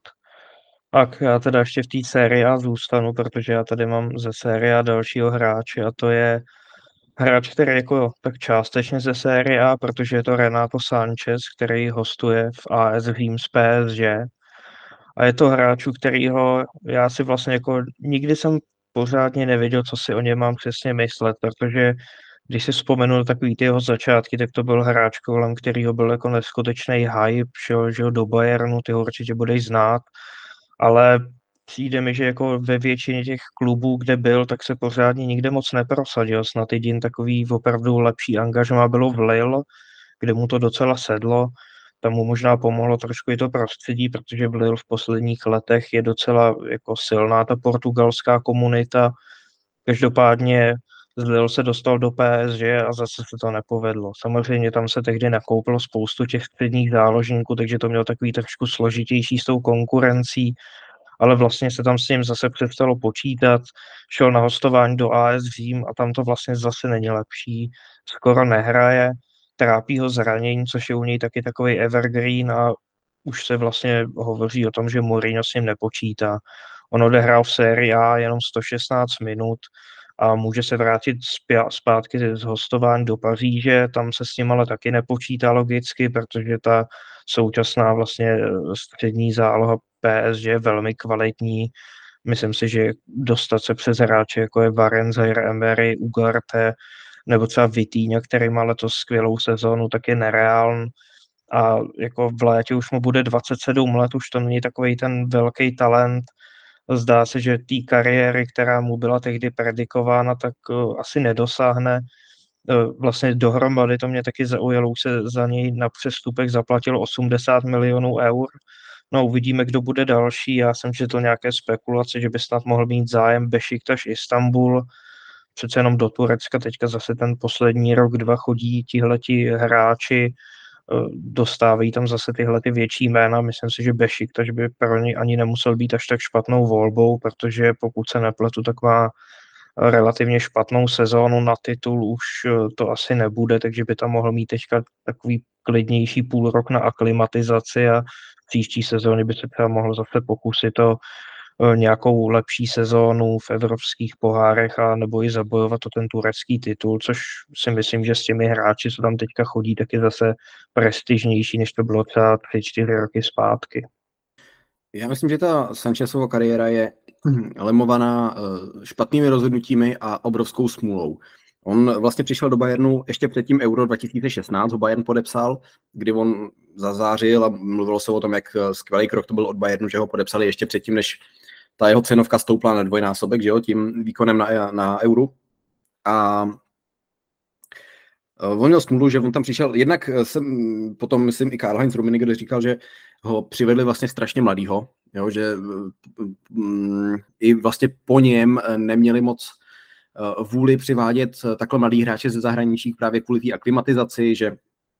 Tak já teda ještě v té sérii A zůstanu, protože já tady mám ze série A dalšího hráče a to je hráč, který jako tak částečně ze série A, protože je to Renato Sanchez, který hostuje v A S Řím z P S G. A je to hráčů, kterýho já si vlastně jako nikdy jsem pořádně nevěděl, co si o něm mám přesně myslet, protože když si vzpomenu na takový ty jeho začátky, tak to byl hráč, kolem kterýho byl jako neskutečný hype, šel, že do Bayernu, ty ho určitě budeš znát, ale přijde mi, že jako ve většině těch klubů, kde byl, tak se pořádně nikde moc neprosadil. Snad jediný takový opravdu lepší angažmá bylo v Lille, kde mu to docela sedlo. Tam mu možná pomohlo trošku i to prostředí, protože v Lille v posledních letech je docela jako silná ta portugalská komunita. Každopádně z Lille se dostal do P S G a zase se to nepovedlo. Samozřejmě tam se tehdy nakoupilo spoustu těch středních záložníků, takže to mělo takový trošku složitější s tou konkurencí, ale vlastně se tam s ním zase přestalo počítat. Šel na hostování do A S Řím a tam to vlastně zase není lepší. Skoro nehraje, trápí ho zranění, což je u něj taky takový evergreen a už se vlastně hovoří o tom, že Mourinho s ním nepočítá. On odehrál v sérii A jenom sto šestnáct minut a může se vrátit zpátky z hostování do Paříže, tam se s ním ale taky nepočítá logicky, protože ta současná vlastně střední záloha P S G je velmi kvalitní. Myslím si, že dostat se přes hráče, jako je Varane, Zaire-Emery, Ugarte, nebo třeba Vitinha, který má letos skvělou sezónu, tak je nereálný. A jako v létě už mu bude dvacet sedm let, už to není takový ten velký talent. Zdá se, že té kariéry, která mu byla tehdy predikována, tak uh, asi nedosáhne. Uh, vlastně dohromady to mě taky zaujalo, už se za něj na přestupek zaplatilo osmdesát milionů eur. No uvidíme, kdo bude další. Já jsem četl nějaké spekulace, že by snad mohl mít zájem Bešiktaš Istanbul. Přece jenom do Turecka teďka zase ten poslední rok, dva chodí tihleti hráči, dostávají tam zase tyhle ty větší jména. Myslím si, že Bešiktaš by pro ně ani nemusel být až tak špatnou volbou, protože pokud se nepletu, tak má relativně špatnou sezónu na titul už to asi nebude, takže by tam mohl mít teďka takový klidnější půl rok na aklimatizaci a příští sezóny by se třeba mohl zase pokusit o nějakou lepší sezónu v evropských pohárech a nebo i zabojovat o ten turecký titul, což si myslím, že s těmi hráči, co tam teďka chodí, tak je zase prestižnější, než to bylo třeba tři, čtyři roky zpátky.
Já myslím, že ta Sanchezova kariéra je lemovaná špatnými rozhodnutími a obrovskou smůlou. On vlastně přišel do Bayernu ještě před tím Euro dva tisíce šestnáct, ho Bayern podepsal, kdy on zazářil a mluvilo se o tom, jak skvělý krok to byl od Bayernu, že ho podepsali ještě předtím, než ta jeho cenovka stoupla na dvojnásobek, že jo, tím výkonem na, na Euro. A on měl smůlu, že on tam přišel, jednak jsem potom, myslím, i Karl-Heinz Rummenigge říkal, že ho přivedli vlastně strašně mladýho, jo, že mm, i vlastně po něm neměli moc vůli přivádět takhle mladý hráče ze zahraničí právě kvůli té aklimatizaci, že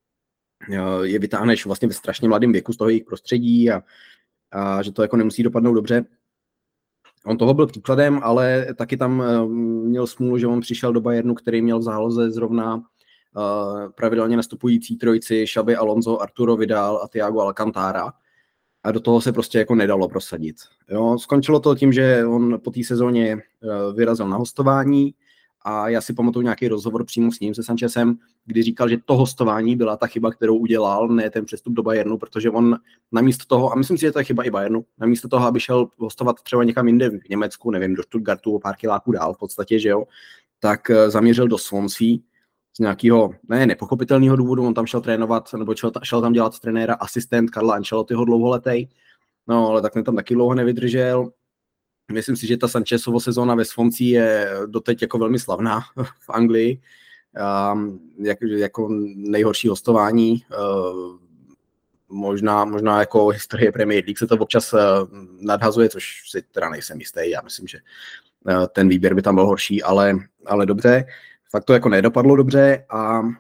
je vytáhneš vlastně ve strašně mladém věku z toho jejich prostředí a, a že to jako nemusí dopadnout dobře. On toho byl příkladem, ale taky tam měl smůlu, že on přišel do Bayernu, který měl v záloze zrovna uh, pravidelně nastupující trojici Xabi Alonso, Arturo Vidal a Thiago Alcantara. A do toho se prostě jako nedalo prosadit. Jo, skončilo to tím, že on po té sezóně uh, vyrazil na hostování a já si pamatuju nějaký rozhovor přímo s ním, se Sanchezem, kdy říkal, že to hostování byla ta chyba, kterou udělal, ne ten přestup do Bayernu, protože on namísto toho, a myslím si, že to je chyba i Bayernu, namísto toho, aby šel hostovat třeba někam jinde v Německu, nevím, do Stuttgartu o pár kiláků dál v podstatě, že jo, tak uh, zaměřil do Swansea z nějakého, ne, nepochopitelného důvodu, on tam šel trénovat, nebo šel, šel tam dělat trenéra asistent Carla Ancelottiho dlouholetej, no ale tak tam taky dlouho nevydržel. Myslím si, že ta Sanchezovo sezóna ve Swansea je doteď jako velmi slavná v Anglii, um, jak, jako nejhorší hostování, uh, možná, možná jako historie Premier League se to občas uh, nadhazuje, což si teda nejsem jistý, já myslím, že uh, ten výběr by tam byl horší, ale, ale dobře. Fakt to jako nedopadlo dobře a uh,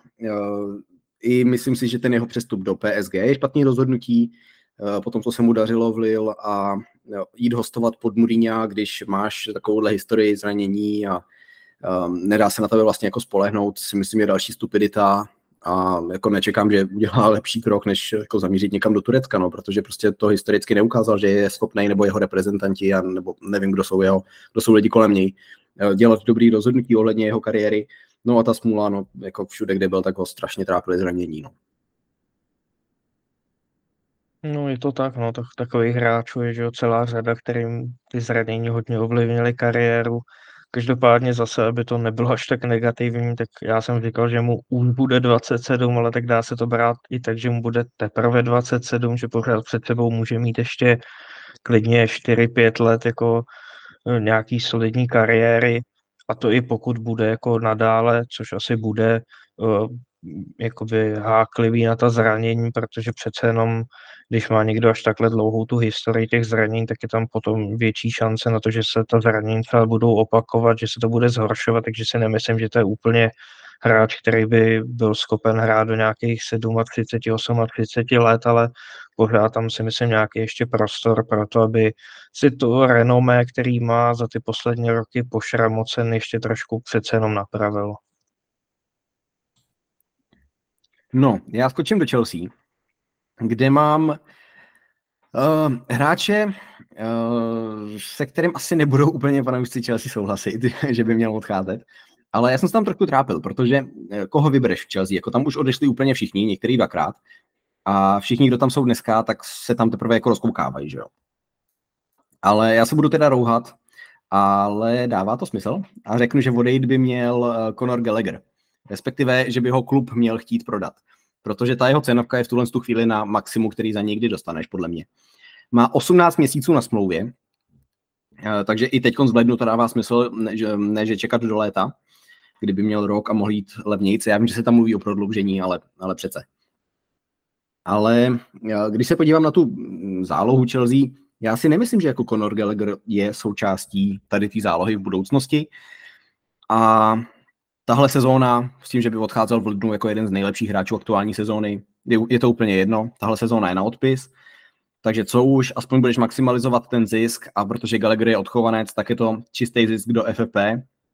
i myslím si, že ten jeho přestup do P S G je špatný rozhodnutí, uh, potom co se mu dařilo v Lille a jo, jít hostovat pod Mourinha, když máš takovouhle historii zranění a um, nedá se na tebe vlastně jako spolehnout, si myslím, je další stupidita a jako nečekám, že udělá lepší krok, než jako zamířit někam do Turecka, no, protože prostě to historicky neukázal, že je schopný, nebo jeho reprezentanti, a nebo nevím, kdo jsou jeho, kdo jsou lidi kolem něj, dělat dobrý rozhodnutí ohledně jeho kariéry. No a ta smůla, no, jako všude, kde byl, tak ho strašně trápili zranění, no.
No je to tak, no, tak, takových hráčů je, že jo, celá řada, kterým ty zranění hodně ovlivnily kariéru. Každopádně zase, aby to nebylo až tak negativní, tak já jsem říkal, že mu už bude dvacet sedm, ale tak dá se to brát i tak, že mu bude teprve dvacet sedm, že pořád před sebou může mít ještě klidně čtyři pět let jako nějaký solidní kariéry, a to i pokud bude jako nadále, což asi bude, jakoby háklivý na ta zranění, protože přece jenom, když má někdo až takhle dlouhou tu historii těch zranění, tak je tam potom větší šance na to, že se ta zranění třeba budou opakovat, že se to bude zhoršovat, takže si nemyslím, že to je úplně hráč, který by byl schopen hrát do nějakých třicet sedm, třicet osm let, ale pořád tam si myslím nějaký ještě prostor pro to, aby si to renomé, který má za ty poslední roky pošramocen, ještě trošku přece jenom napravil.
No, já skočím do Chelsea, kde mám uh, hráče, uh, se kterým asi nebudou úplně fanoušci Chelsea souhlasit, že by měl odcházet. Ale já jsem se tam trochu trápil, protože koho vybereš v Chelsea? Jako tam už odešli úplně všichni, některý dvakrát. A všichni, kdo tam jsou dneska, tak se tam teprve jako rozkoukávají, že jo. Ale já se budu teda rouhat, ale dává to smysl. A řeknu, že odejít by měl Conor Gallagher. Respektive, že by ho klub měl chtít prodat. Protože ta jeho cenovka je v tuhle chvíli na maximu, který za někdy dostaneš, podle mě. Má osmnáct měsíců na smlouvě, takže i teď z lednu to dává smysl, ne, že, ne, že čekat do léta, kdyby měl rok a mohl jít levnějc. Já vím, že se tam mluví o prodloužení, ale, ale přece. Ale když se podívám na tu zálohu Chelsea, já si nemyslím, že jako Conor Gallagher je součástí tady té zálohy v budoucnosti. A tahle sezóna, s tím, že by odcházel v lednu jako jeden z nejlepších hráčů aktuální sezóny, je, je to úplně jedno. Tahle sezóna je na odpis. Takže co už, aspoň budeš maximalizovat ten zisk, a protože Gallagher je odchovanec, tak je to čistý zisk do F F P.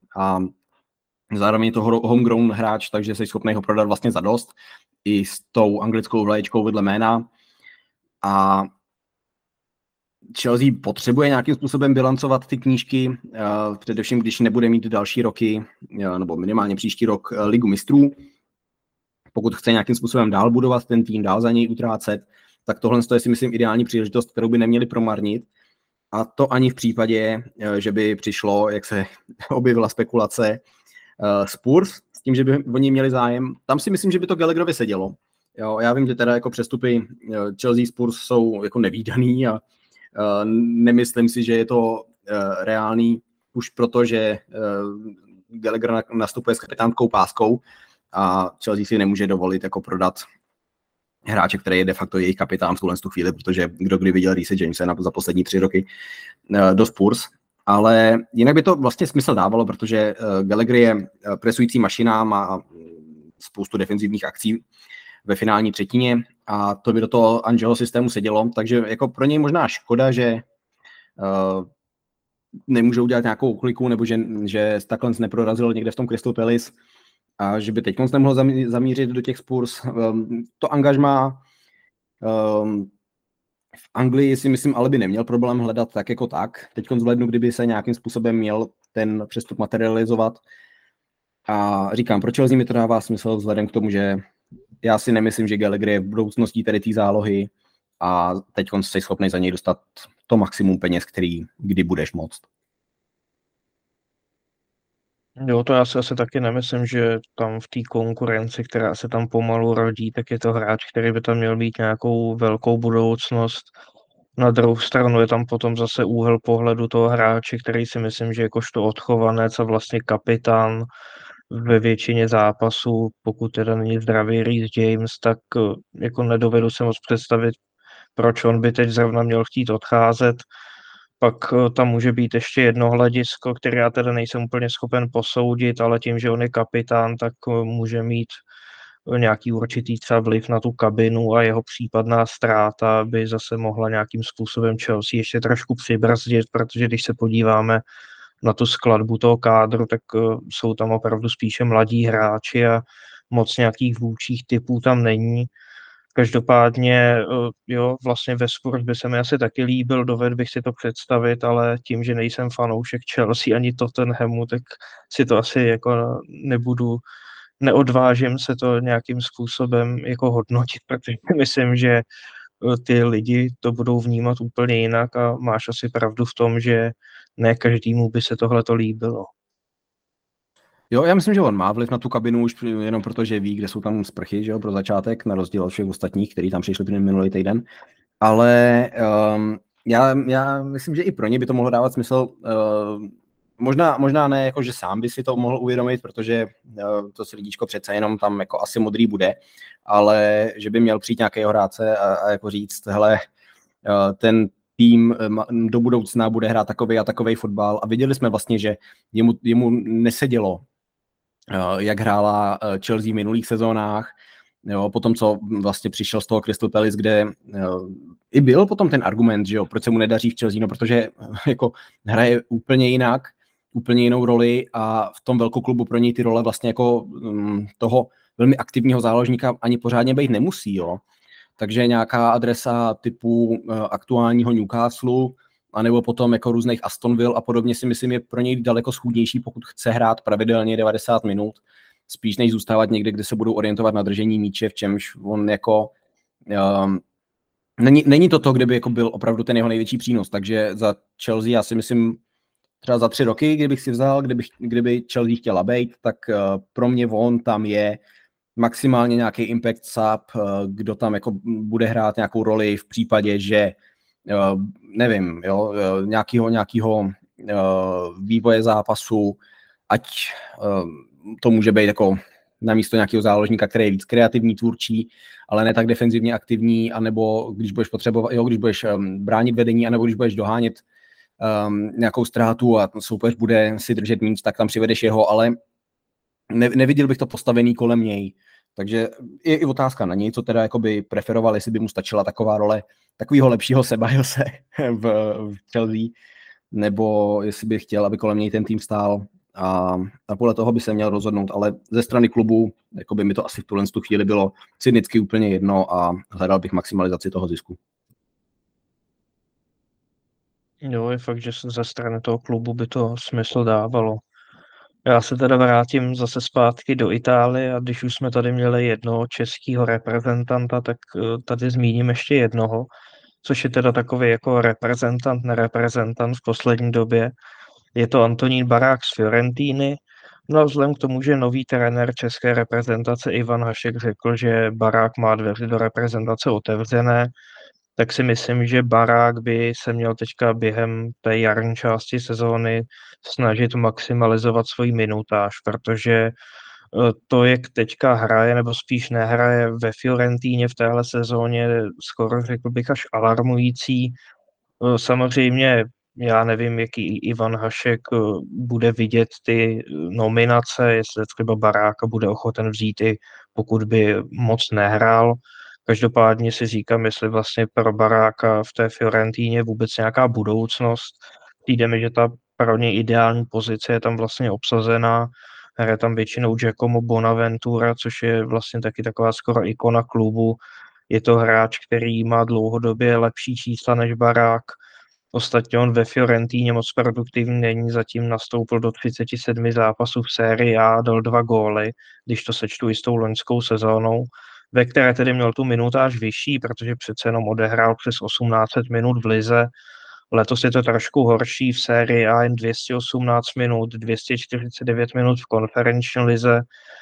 a zároveň je to homegrown hráč, takže jsi schopný ho prodat vlastně za dost i s tou anglickou vlaječkou vedle jména. A Chelsea potřebuje nějakým způsobem bilancovat ty knížky, uh, především když nebude mít další roky, uh, nebo minimálně příští rok uh, Ligu mistrů. Pokud chce nějakým způsobem dál budovat ten tým, dál za něj utrácet, tak tohle je si myslím ideální příležitost, kterou by neměli promarnit. A to ani v případě, uh, že by přišlo, jak se objevila spekulace, uh, Spurs, s tím, že by oni měli zájem. Tam si myslím, že by to Gallagherovi sedělo. Jo, já vím, že teda jako přestupy uh, Chelsea Spurs jsou jako nevídaný a Uh, nemyslím si, že je to uh, reálný už proto, že uh, Gallagher nastupuje s kapitánkou páskou a Chelsea si nemůže dovolit jako prodat hráče, který je de facto jejich kapitán v tuhle chvíli, protože kdo kdy viděl Reece Jamese na, za poslední tři roky uh, do Spurs. Ale jinak by to vlastně smysl dávalo, protože uh, Gallagher je presující mašina, má spoustu defenzivních akcí ve finální třetině a to by do toho Angelo systému sedělo, takže jako pro něj možná škoda, že uh, nemůžou dělat nějakou kliku, nebo že, že takhle neprorazil někde v tom Crystal Palace a že by teď moc nemohl zamířit do těch Spurs. Um, to angažmá um, v Anglii si myslím, ale by neměl problém hledat tak jako tak. Teď v lednu, kdyby se nějakým způsobem měl ten přestup materializovat. A říkám, pro Chelsea mi to dává smysl vzhledem k tomu, že já si nemyslím, že Gallagher je v budoucnosti tady té zálohy a teď jsi schopný za něj dostat to maximum peněz, který kdy budeš moct.
Jo, to já si asi taky nemyslím, že tam v té konkurenci, která se tam pomalu rodí, tak je to hráč, který by tam měl mít nějakou velkou budoucnost. Na druhou stranu je tam potom zase úhel pohledu toho hráče, který si myslím, že jakožto odchovanec a vlastně kapitán ve většině zápasů, pokud teda není zdravý Reece James, tak jako nedovedu si moc představit, proč on by teď zrovna měl chtít odcházet. Pak tam může být ještě jedno hledisko, které já teda nejsem úplně schopen posoudit, ale tím, že on je kapitán, tak může mít nějaký určitý třeba vliv na tu kabinu a jeho případná ztráta by zase mohla nějakým způsobem Chelsea ještě trošku přibrzdit, protože když se podíváme na tu skladbu toho kádru, tak jsou tam opravdu spíše mladí hráči a moc nějakých vůdčích typů tam není. Každopádně, jo, vlastně ve Spurs by se mi asi taky líbil, dovedl bych si to představit, ale tím, že nejsem fanoušek Chelsea ani Tottenhamu, tak si to asi jako nebudu, neodvážím se to nějakým způsobem jako hodnotit, protože myslím, že ty lidi to budou vnímat úplně jinak a máš asi pravdu v tom, že ne každému by se tohleto líbilo.
Jo, já myslím, že on má vliv na tu kabinu už jenom proto, že ví, kde jsou tam sprchy, že jo, pro začátek, na rozdíl od všech ostatních, kteří tam přišli minulý týden. Ale um, já, já myslím, že i pro ně by to mohlo dávat smysl. Uh, možná, možná ne, jako že sám by si to mohl uvědomit, protože uh, to si lidíčko přece jenom tam jako asi modrý bude, ale že by měl přijít nějaký hráče a, a jako říct, hele, uh, ten tým do budoucna bude hrát takovej a takovej fotbal a viděli jsme vlastně, že jemu, jemu nesedělo, jak hrála Chelsea v minulých sezónách, jo, potom co vlastně přišel z toho Crystal Palace, kde jo, i byl potom ten argument, že jo, proč se mu nedaří v Chelsea, no protože jako hraje úplně jinak, úplně jinou roli a v tom velkoklubu pro něj ty role vlastně jako um, toho velmi aktivního záložníka ani pořádně být nemusí, jo. Takže nějaká adresa typu uh, aktuálního Newcastle, anebo potom jako různých Aston Villa a podobně si myslím je pro něj daleko schůdnější, pokud chce hrát pravidelně devadesát minut, spíš než zůstávat někde, kde se budou orientovat na držení míče, v čemž on jako um, není, není to to, kde by jako byl opravdu ten jeho největší přínos, takže za Chelsea já si myslím třeba za tři roky, kdybych si vzal, kdyby, kdyby Chelsea chtěla být, tak uh, pro mě on tam je maximálně nějaký impact sub, kdo tam jako bude hrát nějakou roli v případě, že nevím, jo, nějakýho, nějakýho vývoje zápasu, ať to může být jako namísto nějakého záložníka, který je víc kreativní, tvůrčí, ale ne tak defenzivně aktivní, anebo když budeš potřebovat, jo, když budeš bránit vedení, anebo když budeš dohánět um, nějakou ztrátu a soupeř bude si držet míč, tak tam přivedeš jeho, ale ne, neviděl bych to postavený kolem něj. Takže je i otázka na něj, co teda jakoby preferoval, jestli by mu stačila taková role takového lepšího Sebajose v, v Chelsea, nebo jestli by chtěl, aby kolem něj ten tým stál a, a podle toho by se měl rozhodnout, ale ze strany klubu jako by mi to asi v tuhle tu chvíli bylo cynicky úplně jedno a hledal bych maximalizaci toho zisku.
Jo, je fakt, že ze strany toho klubu by to smysl dávalo. Já se teda vrátím zase zpátky do Itálie a když už jsme tady měli jednoho českého reprezentanta, tak tady zmíním ještě jednoho, což je teda takový jako reprezentant, nereprezentant v poslední době. Je to Antonín Barák z Fiorentiny. No a vzhledem k tomu, že nový trenér české reprezentace Ivan Hašek řekl, že Barák má dveře do reprezentace otevřené, tak si myslím, že Barák by se měl teďka během té jarní části sezóny snažit maximalizovat svůj minutáž, protože to, jak teďka hraje, nebo spíš nehraje ve Fiorentíně v téhle sezóně, skoro řekl bych až alarmující. Samozřejmě já nevím, jaký Ivan Hašek bude vidět ty nominace, jestli třeba Baráka bude ochoten vzít i pokud by moc nehrál. Každopádně si říkám, jestli vlastně pro Baráka v té Fiorentíně vůbec nějaká budoucnost. Přijde mi, že ta pro něj ideální pozice je tam vlastně obsazená. Hraje tam většinou Giacomo Bonaventura, což je vlastně taky taková skoro ikona klubu. Je to hráč, který má dlouhodobě lepší čísla než Barák. Ostatně on ve Fiorentíně moc produktivní není, zatím nastoupil do třicet sedm zápasů v sérii A, dal dva góly, když to sečtu i s tou loňskou sezónou, ve které tedy měl tu minutáž vyšší, protože přece jenom odehrál přes osmnáct set minut v lize. Letos je to trošku horší, v sérii A jen dvě stě osmnáct minut, dvě stě čtyřicet devět minut v konferenční lize.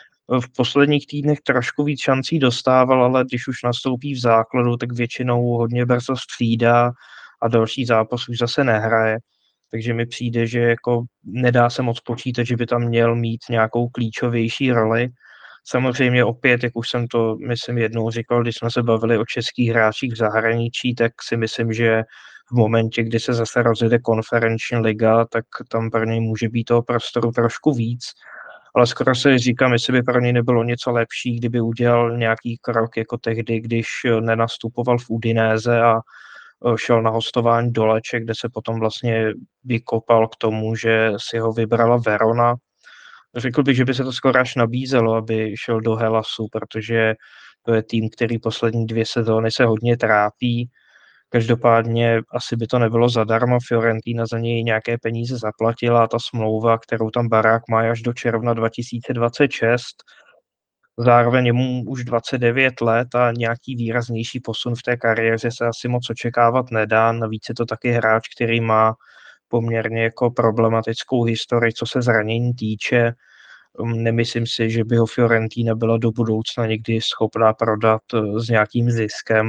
V posledních týdnech trošku víc šancí dostával, ale když už nastoupí v základu, tak většinou hodně brzo střídá a další zápas už zase nehraje. Takže mi přijde, že jako nedá se moc počítat, že by tam měl mít nějakou klíčovější roli. Samozřejmě opět, jak už jsem to, myslím, jednou říkal, když jsme se bavili o českých hráčích v zahraničí, tak si myslím, že v momentě, kdy se zase rozjede konferenční liga, tak tam pro něj může být toho prostoru trošku víc. Ale skoro se říkám, jestli by pro něj nebylo něco lepší, kdyby udělal nějaký krok jako tehdy, když nenastupoval v Udinéze a šel na hostování do Lecce, kde se potom vlastně vykopal k tomu, že si ho vybrala Verona. Řekl bych, že by se to skoro až nabízelo, aby šel do Helasu, protože to je tým, který poslední dvě sezóny se hodně trápí. Každopádně asi by to nebylo zadarmo, Fiorentina za něj nějaké peníze zaplatila a ta smlouva, kterou tam Barák má až do června dva tisíce dvacet šest. Zároveň je mu už dvacet devět let a nějaký výraznější posun v té kariéře se asi moc očekávat nedá. Navíc je to taky hráč, který má poměrně jako problematickou historii, co se zranění týče. Nemyslím si, že by ho Fiorentina byla do budoucna někdy schopná prodat s nějakým ziskem.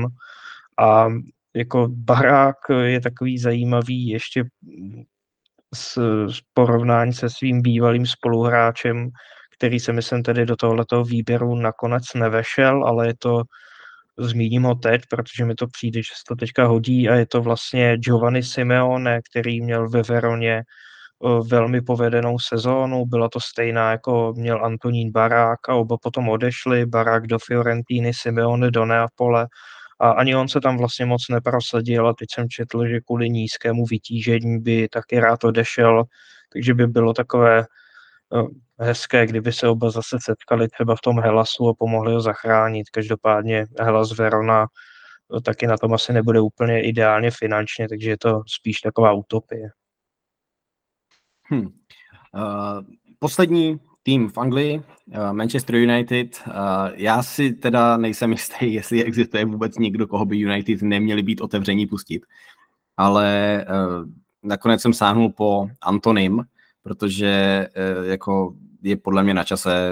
A jako Barák je takový zajímavý ještě s, s porovnání se svým bývalým spoluhráčem, který se myslím tedy do tohoto výběru nakonec nevešel, ale je to, zmíním ho teď, protože mi to přijde, že se to teďka hodí a je to vlastně Giovanni Simeone, který měl ve Veroně velmi povedenou sezónu, byla to stejná, jako měl Antonín Barák a oba potom odešli, Barák do Fiorentiny, Simeone do Neapole a ani on se tam vlastně moc neprosadil a teď jsem četl, že kvůli nízkému vytížení by taky rád odešel, takže by bylo takové hezké, kdyby se oba zase setkali třeba v tom Helasu a pomohli ho zachránit. Každopádně Hellas Verona taky na tom asi nebude úplně ideálně finančně, takže je to spíš taková utopie.
Hmm. Uh, poslední tým v Anglii, uh, Manchester United. Uh, já si teda nejsem jistý, jestli existuje vůbec někdo, koho by United neměli být otevření pustit. Ale uh, nakonec jsem sáhnul po Antonym, protože uh, jako je podle mě na čase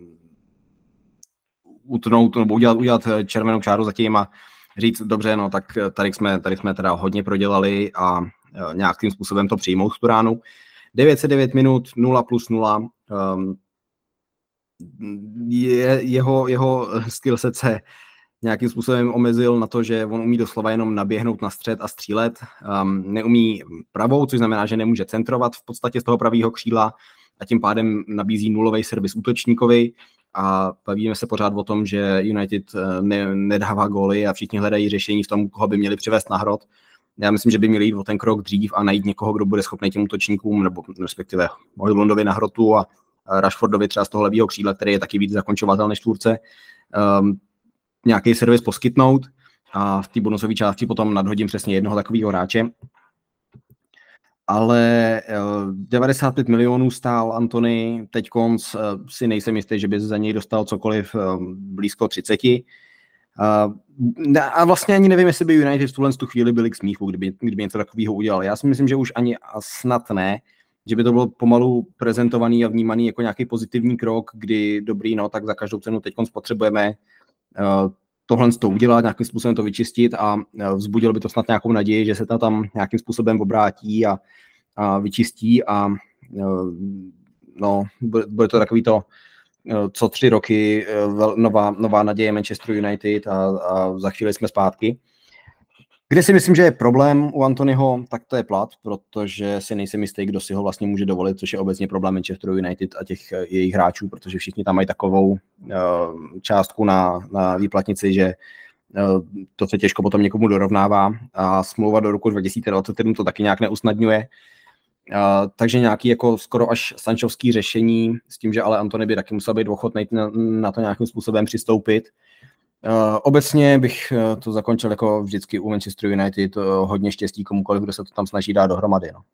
utnout nebo udělat, udělat červenou čáru zatím a říct, dobře, no tak tady jsme, tady jsme teda hodně prodělali a uh, nějakým způsobem to přijmout tu ránu. devět set devět minut, nula plus nula. Um, je, jeho, jeho skillset se nějakým způsobem omezil na to, že on umí doslova jenom naběhnout na střed a střílet. Um, neumí pravou, což znamená, že nemůže centrovat v podstatě z toho pravého křídla a tím pádem nabízí nulový servis útočníkovi. A bavíme se pořád o tom, že United ne, nedává góly a všichni hledají řešení v tom, koho by měli přivést na hrot. Já myslím, že by měli jít o ten krok dřív a najít někoho, kdo bude schopný těm útočníkům, nebo respektive Hojlundovi na hrotu a Rashfordovi třeba z toho levýho křídla, který je taky víc zakončovatel než tvůrce, um, nějaký servis poskytnout a v té bonusové části potom nadhodím přesně jednoho takového hráče. Ale uh, devadesát pět milionů stál Antony, teď konc uh, si nejsem jistý, že by za něj dostal cokoliv uh, blízko třicet. Uh, a vlastně ani nevím, jestli by United v tuhle tu chvíli byli k smíchu, kdyby, kdyby něco takového udělal. Já si myslím, že už ani a snad ne, že by to bylo pomalu prezentovaný a vnímaný jako nějaký pozitivní krok, kdy dobrý, no tak za každou cenu teď potřebujeme uh, tohle to udělat, nějakým způsobem to vyčistit a uh, vzbudilo by to snad nějakou naději, že se to tam nějakým způsobem obrátí a, a vyčistí a uh, no, bude, bude to takový to co tři roky nová, nová naděje Manchester United a, a za chvíli jsme zpátky. Kde si myslím, že je problém u Antonyho, tak to je plat, protože si nejsem jistý, kdo si ho vlastně může dovolit, což je obecně problém Manchester United a těch jejich hráčů, protože všichni tam mají takovou uh, částku na, na výplatnici, že uh, to se těžko potom někomu dorovnává a smlouva do roku dva tisíce dvacet sedm to taky nějak neusnadňuje. Uh, takže nějaký jako skoro až sanchovský řešení s tím, že ale Antony by taky musel být ochotný na, na to nějakým způsobem přistoupit. Uh, obecně bych uh, to zakončil jako vždycky u Manchester United, uh, hodně štěstí komukoliv, kdo se to tam snaží dát dohromady. No.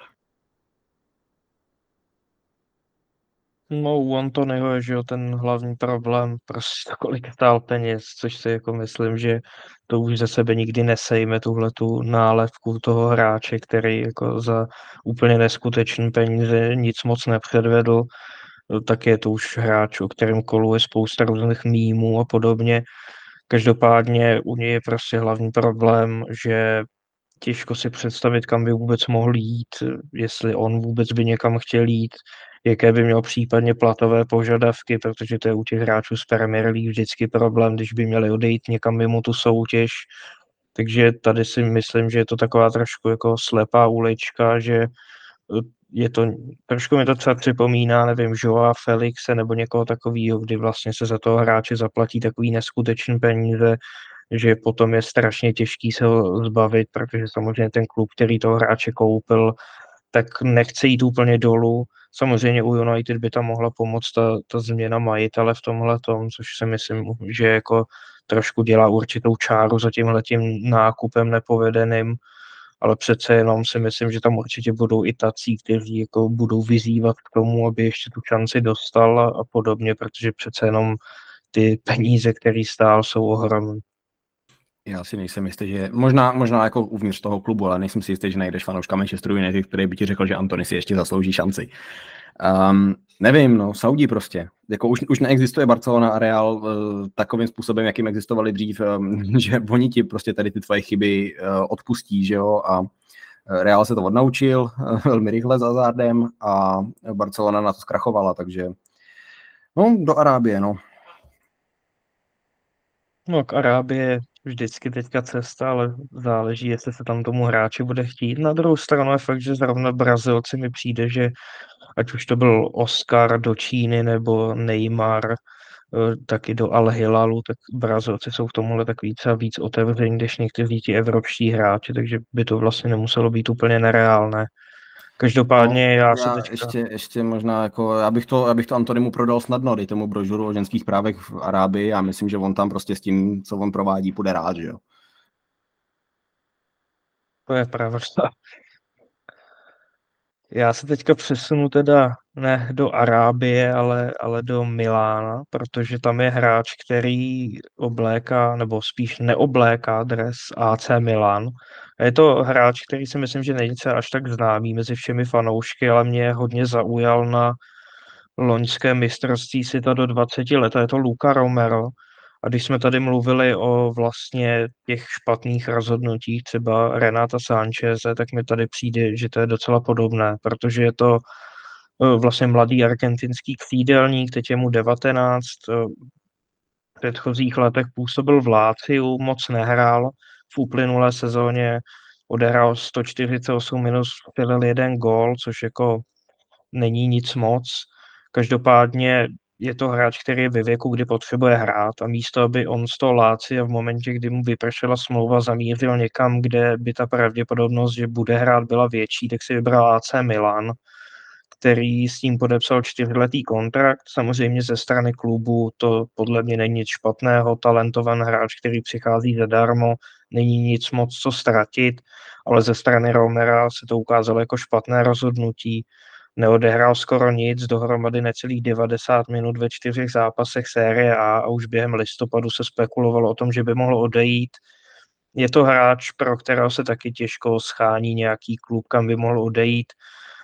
No u Antonyho je, že jo, ten hlavní problém, prostě kolik stál peněz, což si jako myslím, že to už ze sebe nikdy nesejme, tuhletu nálevku toho hráče, který jako za úplně neskutečný peníze nic moc nepředvedl, tak je to už hráč, o kterém koluje spousta různých mýmů a podobně. Každopádně u něj je prostě hlavní problém, že těžko si představit, kam by vůbec mohl jít, jestli on vůbec by někam chtěl jít, jaké by měl případně platové požadavky, protože to je u těch hráčů z Premier League vždycky problém, když by měli odejít někam mimo tu soutěž. Takže tady si myslím, že je to taková trošku jako slepá ulička, že je to, trošku mi to třeba připomíná, nevím, Joa Felixe nebo někoho takového, kdy vlastně se za toho hráče zaplatí takový neskutečný peníze, že potom je strašně těžký se ho zbavit, protože samozřejmě ten klub, který toho hráče koupil, tak nechce jít úplně dolů. Samozřejmě u United by tam mohla pomoct ta, ta změna majitele v tomhle tom, což si myslím, že jako trošku dělá určitou čáru za tímhletím nákupem nepovedeným, ale přece jenom si myslím, že tam určitě budou i tací, kteří jako budou vyzývat k tomu, aby ještě tu šanci dostal a, a podobně, protože přece jenom ty peníze, které stál, jsou ohromné.
Já si nejsem jistý, že možná, možná jako uvnitř toho klubu, ale nejsem si jistý, že najdeš fanouška Manchesteru United, který by ti řekl, že Antony si ještě zaslouží šanci. Um, nevím, no, Saudí prostě. Jako už, už neexistuje Barcelona a Real uh, takovým způsobem, jakým existovali dřív, um, že oni ti prostě tady ty tvoje chyby uh, odpustí, že jo, a Real se to odnaučil uh, velmi rychle za zádem a Barcelona na to zkrachovala, takže no, do Arábie, no.
No, k Arábie vždycky teďka cesta, ale záleží, jestli se tam tomu hráči bude chtít. Na druhou stranu je fakt, že zrovna Brazilci mi přijde, že ať už to byl Oscar do Číny nebo Neymar, taky do Al Hilalu, tak Brazilci jsou v tomhle takový třeba víc otevření, než někteří ti evropští hráči, takže by to vlastně nemuselo být úplně nereálné. Každopádně no, já, já se teďka...
Ještě, ještě možná, jako, já bych to, já bych to Antonymu prodal snadno, dejte mu brožuru o ženských právech v Arábii, já myslím, že on tam prostě s tím, co on provádí, půjde rád, že jo.
To je pravda. Já se teďka přesunu teda ne do Arábie, ale, ale do Milána, protože tam je hráč, který obléká, nebo spíš neobléká dres A C Milan. A je to hráč, který si myslím, že není až tak známý mezi všemi fanoušky, ale mě hodně zaujal na loňské mistrovství světa do dvaceti let. A je to Luka Romero. A když jsme tady mluvili o vlastně těch špatných rozhodnutích, třeba Renata Sancheze, tak mi tady přijde, že to je docela podobné, protože je to vlastně mladý argentinský křídelník, teď je mu devatenáct, v předchozích letech působil v Láciu, moc nehrál, v uplynulé sezóně odehrál sto čtyřicet osm minut, vstřelil jeden gól, což jako není nic moc. Každopádně je to hráč, který je ve věku, kdy potřebuje hrát a místo, aby on z toho Lazia v momentě, kdy mu vypršela smlouva, zamířil někam, kde by ta pravděpodobnost, že bude hrát, byla větší, tak si vybral A C Milan, který s ním podepsal čtyřletý kontrakt. Samozřejmě ze strany klubu to podle mě není nic špatného, talentovaný hráč, který přichází zadarmo, není nic moc co ztratit, ale ze strany Romera se to ukázalo jako špatné rozhodnutí. Neodehrál skoro nic, dohromady necelých devadesát minut ve čtyřech zápasech série A a už během listopadu se spekulovalo o tom, že by mohl odejít. Je to hráč, pro kterého se taky těžko schání nějaký klub, kam by mohl odejít.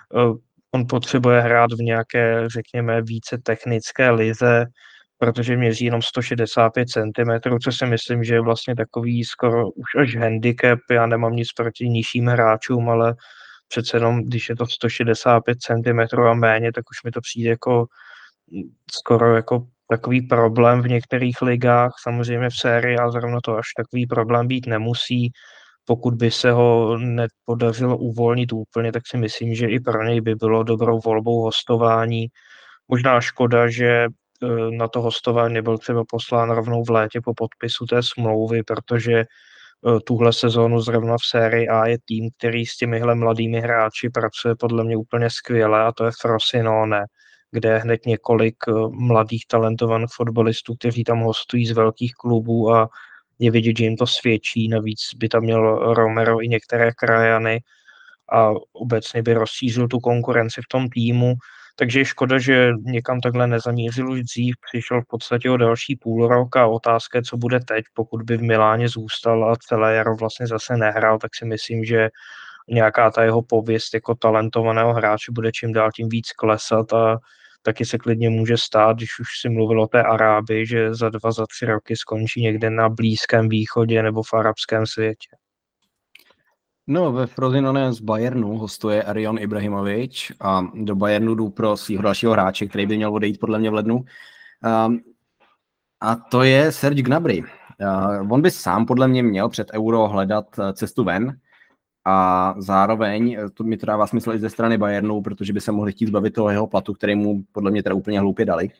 On potřebuje hrát v nějaké, řekněme, více technické lize, protože měří jenom sto šedesát pět centimetrů, co si myslím, že je vlastně takový skoro už až handicap. Já nemám nic proti nižším hráčům, ale přece jenom, když je to sto šedesát pět centimetrů a méně, tak už mi to přijde jako skoro jako takový problém v některých ligách. Samozřejmě v sérii a zrovna to až takový problém být nemusí. Pokud by se ho nepodařilo uvolnit úplně, tak si myslím, že i pro něj by bylo dobrou volbou hostování. Možná škoda, že na to hostování nebyl třeba poslán rovnou v létě po podpisu té smlouvy, protože tuhle sezónu zrovna v sérii A je tým, který s těmihle mladými hráči pracuje podle mě úplně skvěle, a to je Frosinone, kde je hned několik mladých talentovaných fotbalistů, kteří tam hostují z velkých klubů a je vidět, že jim to svědčí. Navíc by tam měl Romero i některé krajany a obecně by rozšířil tu konkurenci v tom týmu. Takže je škoda, že někam takhle nezamířil už dřív, přišel v podstatě o další půl rok a otázka je, co bude teď. Pokud by v Miláně zůstal a celé jaro vlastně zase nehrál, tak si myslím, že nějaká ta jeho pověst jako talentovaného hráče bude čím dál tím víc klesat a taky se klidně může stát, když už si mluvil o té Arábii, že za dva, za tři roky skončí někde na Blízkém východě nebo v arabském světě.
No, ve Frosinone z Bayernu hostuje Arion Ibrahimovič a do Bayernu jdu pro svého dalšího hráče, který by měl odejít podle mě v lednu. Um, a to je Serge Gnabry. Uh, on by sám podle mě měl před Euro hledat cestu ven a zároveň, to mi to dává smysl i ze strany Bayernu, protože by se mohli chtít zbavit toho jeho platu, který mu podle mě teda úplně hloupě dali.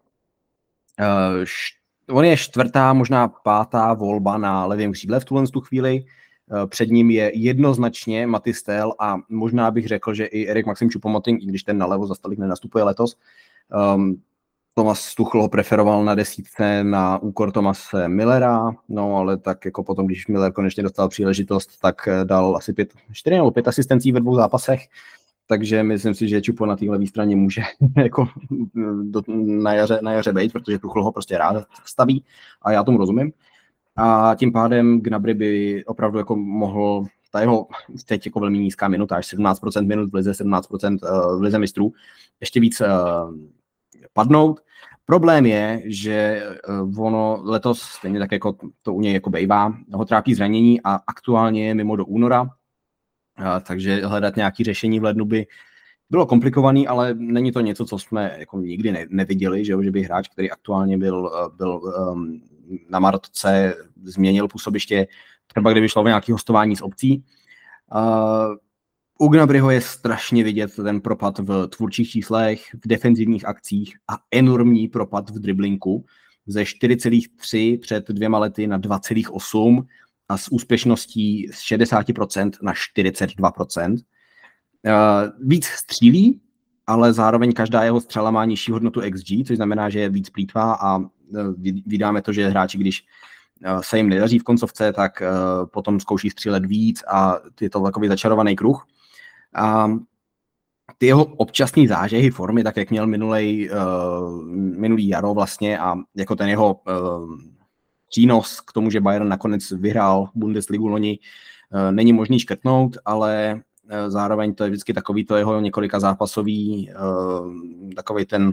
Uh, on je čtvrtá, možná pátá volba na levém křídle v tuhle tu chvíli. Před ním je jednoznačně Mathys Tel a možná bych řekl, že i Erik Maxim Choupo-Moting, i když ten nalevo za stolik nenastupuje letos. Um, Thomas Tuchel ho preferoval na desítce na úkor Thomase Millera, no ale tak jako potom, když Miller konečně dostal příležitost, tak dal asi pět, čtyři nebo pět asistencí ve dvou zápasech, takže myslím si, že Choupo na té levé straně může jako do, na, jaře, na jaře být, protože Tuchel ho prostě rád staví a já tomu rozumím. A tím pádem Gnabry by opravdu jako mohl, ta jeho teď jako velmi nízká minuta, až sedmnáct procent minut v lize, sedmnáct procent v lize mistrů, ještě víc padnout. Problém je, že ono letos, stejně tak jako to u něj jako bejvá, ho trápí zranění a aktuálně je mimo do února, takže hledat nějaké řešení v lednu by bylo komplikovaný, ale není to něco, co jsme jako nikdy ne, neviděli, že, že by hráč, který aktuálně byl, byl um, na Marotce, změnil působiště, třeba kdyby šlo o nějaké hostování z obcí. Uh, u Gnabryho je strašně vidět ten propad v tvůrčích číslech, v defenzivních akcích a enormní propad v driblinku ze čtyři celá tři před dvěma lety na dva celá osm a s úspěšností z šedesát procent na čtyřicet dva procent. Uh, víc střílí, ale zároveň každá jeho střela má nižší hodnotu X G, což znamená, že je víc plýtvá a uh, vydáme to, že hráči, když uh, se jim nedaří v koncovce, tak uh, potom zkouší střílet víc a je to takový začarovaný kruh. Uh, ty jeho občasný zážehy formy, tak jak měl minulej, uh, minulý jaro vlastně a jako ten jeho uh, přínos k tomu, že Bayern nakonec vyhrál Bundesligu loni, uh, není možný škrtnout, ale zároveň to je vždycky takový to jeho několika zápasový, uh, takový ten,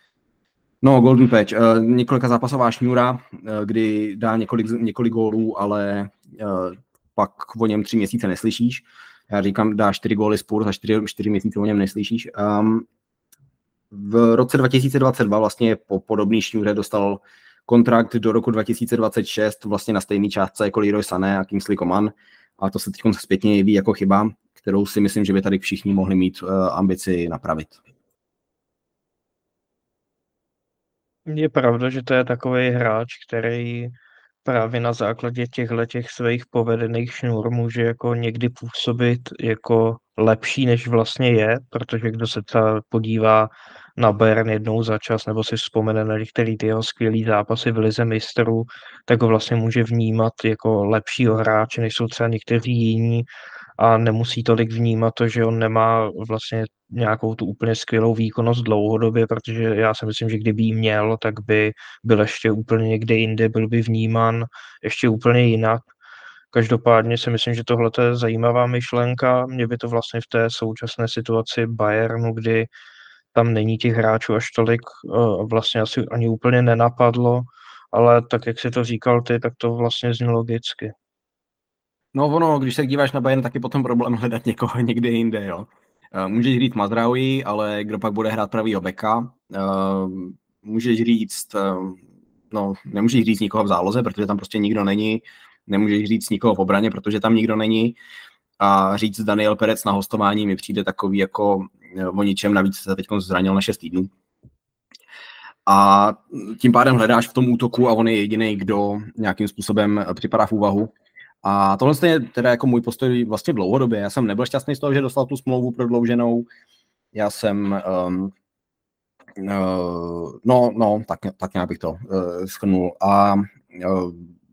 no golden patch, uh, několika zápasová šňůra, uh, kdy dá několik, několik gólů, ale uh, pak o něm tři měsíce neslyšíš. Já říkám, dá čtyři góly Spurs a čtyři, čtyři měsíce o něm neslyšíš. Um, v roce dva tisíce dvacet dva vlastně po podobný šňůře dostal kontrakt do roku dva tisíce dvacet šest vlastně na stejný částce jako Leroy Sané a Kingsley Coman a to se teď zpětně jeví jako chyba, kterou si myslím, že by tady všichni mohli mít uh, ambici napravit.
Je pravda, že to je takový hráč, který právě na základě těchhletěch svých povedených šňůr může jako někdy působit jako lepší, než vlastně je, protože kdo se třeba podívá na Bayern jednou za čas nebo si vzpomene na některý ty jeho skvělý zápasy v lize mistrů, tak ho vlastně může vnímat jako lepšího hráče, než jsou třeba někteří jiní a nemusí tolik vnímat to, že on nemá vlastně nějakou tu úplně skvělou výkonnost dlouhodobě, protože já si myslím, že kdyby ji měl, tak by byl ještě úplně někde jinde, byl by vnímán ještě úplně jinak. Každopádně si myslím, že tohle je zajímavá myšlenka. Mě by to vlastně v té současné situaci Bayernu, kdy tam není těch hráčů až tolik, eh, vlastně asi ani úplně nenapadlo, ale tak, jak si to říkal ty, tak to vlastně zní logicky.
No ono, když se díváš na Bayern, tak je potom problém hledat někoho někde jinde, jo. Eh, Můžeš říct Mazraoui, ale kdo pak bude hrát pravýho beka? Eh, Můžeš říct, eh, no nemůžeš říct nikoho v záloze, protože tam prostě nikdo není. Nemůžeš říct nikoho v obraně, protože tam nikdo není. A říct Daniel Perec na hostování mi přijde takový jako eh, o ničem, navíc se teď zranil na šest týdnů. A tím pádem hledáš v tom útoku a on je jediný, kdo nějakým způsobem připadá v úvahu. A tohle je teda jako můj postoj vlastně dlouhodobě. Já jsem nebyl šťastný z toho, že dostal tu smlouvu prodlouženou. Já jsem, um, uh, no, no, tak, tak nějak bych to uh, shrnul. A uh,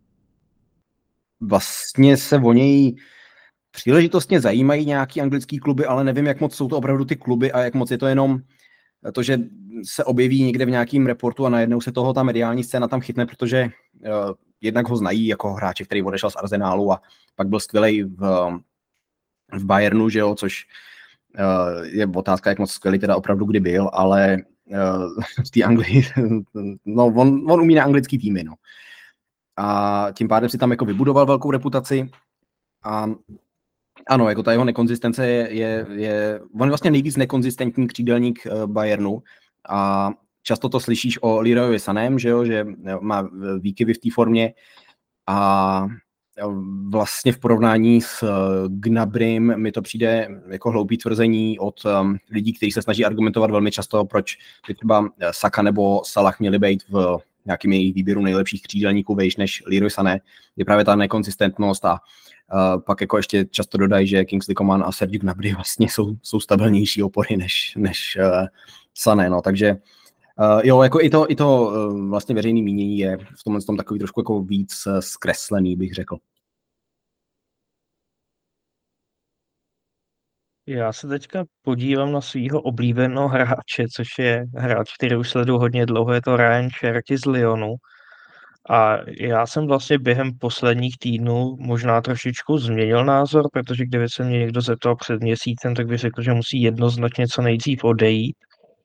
vlastně se o něj příležitostně zajímají nějaký anglický kluby, ale nevím, jak moc jsou to opravdu ty kluby a jak moc je to jenom to, že se objeví někde v nějakém reportu a najednou se toho ta mediální scéna tam chytne, protože uh, jednak ho znají jako hráče, který odešel z Arsenálu a pak byl skvělej v, v Bayernu, že jo, což uh, je otázka, jak moc skvělý teda opravdu kdy byl, ale uh, v té Anglii, no on, on umí na anglický týmy, no. A tím pádem si tam jako vybudoval velkou reputaci a ano, jako ta jeho nekonzistence je, je, je on je vlastně nejvíc nekonzistentní křídelník uh, Bayernu a často to slyšíš o Leroyovi Saném, že jo, že má výkyvy v té formě a vlastně v porovnání s Gnabrym mi to přijde jako hloupý tvrzení od um, lidí, kteří se snaží argumentovat velmi často, proč by třeba Saka nebo Salah měli být v nějakým jejich výběru nejlepších křídelníků vejš než Leroy Sané. Je právě ta nekonsistentnost a uh, pak jako ještě často dodají, že Kingsley Coman a Serge Gnabry vlastně jsou, jsou stabilnější opory než, než uh, Sané, no, takže Uh, jo, jako i to, i to uh, vlastně veřejné mínění je v tomhle tom takový trošku jako víc uh, zkreslený, bych řekl.
Já se teďka podívám na svého oblíbeného hráče, což je hráč, který už sleduju hodně dlouho, je to Ryan Cherky z Lyonu. A já jsem vlastně během posledních týdnů možná trošičku změnil názor, protože kdyby se mě někdo zeptal před měsícem, tak bych řekl, že musí jednoznačně co nejdřív odejít.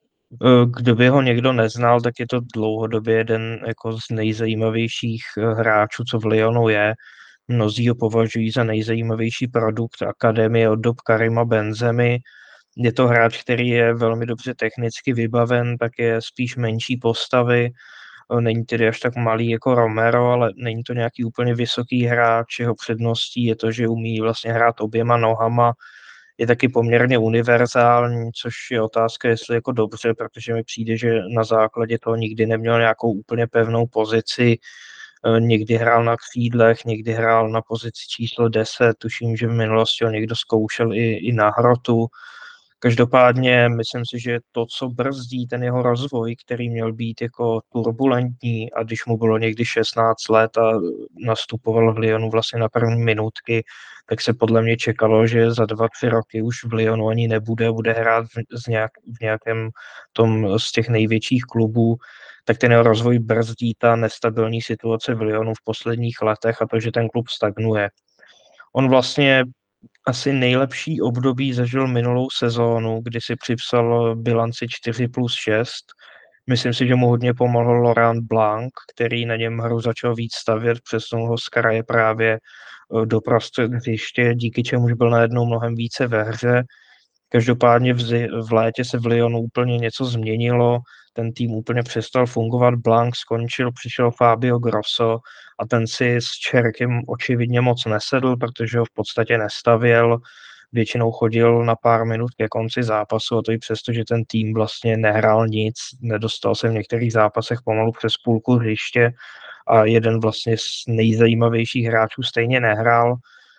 Kdyby ho někdo neznal, tak je to dlouhodobě jeden jako z nejzajímavějších hráčů, co v Lyonu je. Mnozí ho považují za nejzajímavější produkt akademie od dob Karima Benzemy. Je to hráč, který je velmi dobře technicky vybaven, tak je spíš menší postavy. Není tedy až tak malý jako Romero, ale není to nějaký úplně vysoký hráč. Jeho předností je to, že umí vlastně hrát oběma nohama. Je taky poměrně univerzální, což je otázka, jestli jako dobře, protože mi přijde, že na základě toho nikdy neměl nějakou úplně pevnou pozici. Někdy hrál na křídlech, někdy hrál na pozici číslo deset, tuším, že v minulosti ho někdo zkoušel i, i na hrotu. Každopádně myslím si, že to, co brzdí ten jeho rozvoj, který měl být jako turbulentní a když mu bylo někdy šestnáct let a nastupoval v Lyonu vlastně na první minutky, tak se podle mě čekalo, že za dva, tři roky už v Lyonu ani nebude, bude hrát v, z nějak, v nějakém tom z těch největších klubů, tak ten jeho rozvoj brzdí ta nestabilní situace v Lyonu v posledních letech a to, že ten klub stagnuje. On vlastně asi nejlepší období zažil minulou sezónu, kdy si připsal bilanci čtyři plus šest. Myslím si, že mu hodně pomohl Laurent Blanc, který na něm hru začal víc stavět, přesunul ho z kraje právě do prostřed hřiště, díky čemuž byl najednou mnohem více ve hře. Každopádně v, zi, v létě se v Lyonu úplně něco změnilo, ten tým úplně přestal fungovat, Blanc skončil, přišel Fabio Grosso a ten si s Čerkem očividně moc nesedl, protože ho v podstatě nestavěl. většinou chodil na pár minut ke konci zápasu, a to i přesto, že ten tým vlastně nehrál nic, nedostal se v některých zápasech pomalu přes půlku hřiště a jeden vlastně z nejzajímavějších hráčů stejně nehrál.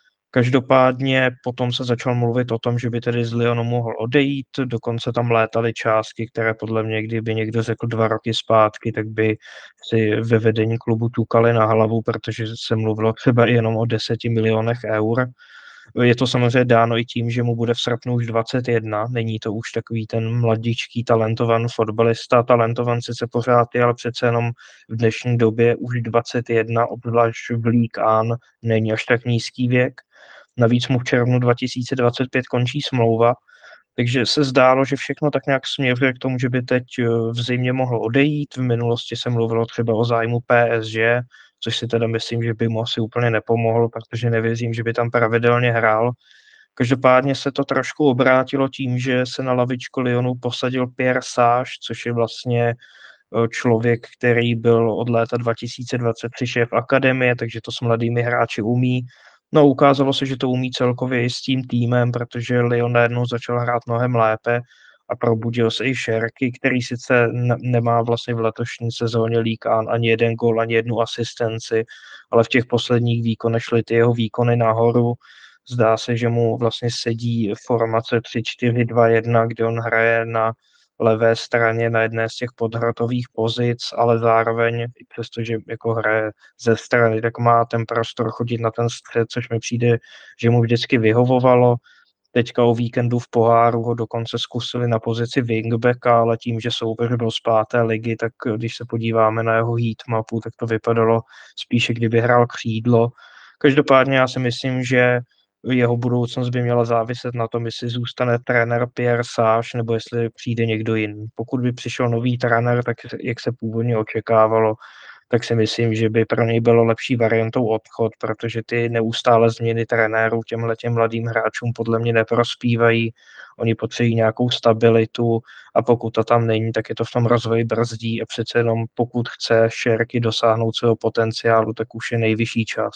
Každopádně potom se začal mluvit o tom, že by tedy z Lyonu mohl odejít, dokonce tam létaly částky, které podle mě, kdyby někdo řekl dva roky zpátky, tak by si ve vedení klubu ťukali na hlavu, protože se mluvilo třeba jenom o deseti milionech eur. Je to samozřejmě dáno i tím, že mu bude v srpnu už dvacet jedna, není to už takový ten mladičký talentovaný fotbalista, talentovan sice pořád je, ale přece jenom v dnešní době už dvacet jedna, obzvlášť v Ligue jedna, není až tak nízký věk. Navíc mu v červnu dva tisíce dvacet pět končí smlouva, takže se zdálo, že všechno tak nějak směřuje k tomu, že by teď v zimě mohl odejít. V minulosti se mluvilo třeba o zájmu P S G, což si teda myslím, že by mu asi úplně nepomohlo, protože nevěřím, že by tam pravidelně hrál. Každopádně se to trošku obrátilo tím, že se na lavičku Lyonu posadil Pierre Sage, což je vlastně člověk, který byl od léta dva tisíce dvacet tři šéf akademie, takže to s mladými hráči umí. No, ukázalo se, že to umí celkově i s tím týmem, protože Lyon najednou začal hrát mnohem lépe a probudil se i Šerky, který sice ne- nemá vlastně v letošní sezóně Ligue jedna ani jeden gól, ani jednu asistenci, ale v těch posledních výkonech šly ty jeho výkony nahoru. Zdá se, že mu vlastně sedí formace tři čtyři dva jedna, kde on hraje na levé straně na jedné z těch podhrotových pozic, ale zároveň, přestože jako hraje ze strany, tak má ten prostor chodit na ten střed, což mi přijde, že mu vždycky vyhovovalo. Teďka o víkendu v poháru ho dokonce zkusili na pozici wingbacka, ale tím, že soupeř byl z páté ligy, tak když se podíváme na jeho heatmapu, tak to vypadalo spíše, kdyby hrál křídlo. Každopádně já si myslím, že jeho budoucnost by měla záviset na tom, jestli zůstane trenér Pierre Sage, nebo jestli přijde někdo jiný. Pokud by přišel nový trenér, tak jak se původně očekávalo, tak si myslím, že by pro něj bylo lepší variantou odchod, protože ty neustále změny trenérů těmhle těm mladým hráčům podle mě neprospívají. Oni potřebují nějakou stabilitu a pokud to tam není, tak je to v tom rozvoji brzdí a přece jenom pokud chce Šerky dosáhnout svého potenciálu, tak už je nejvyšší čas.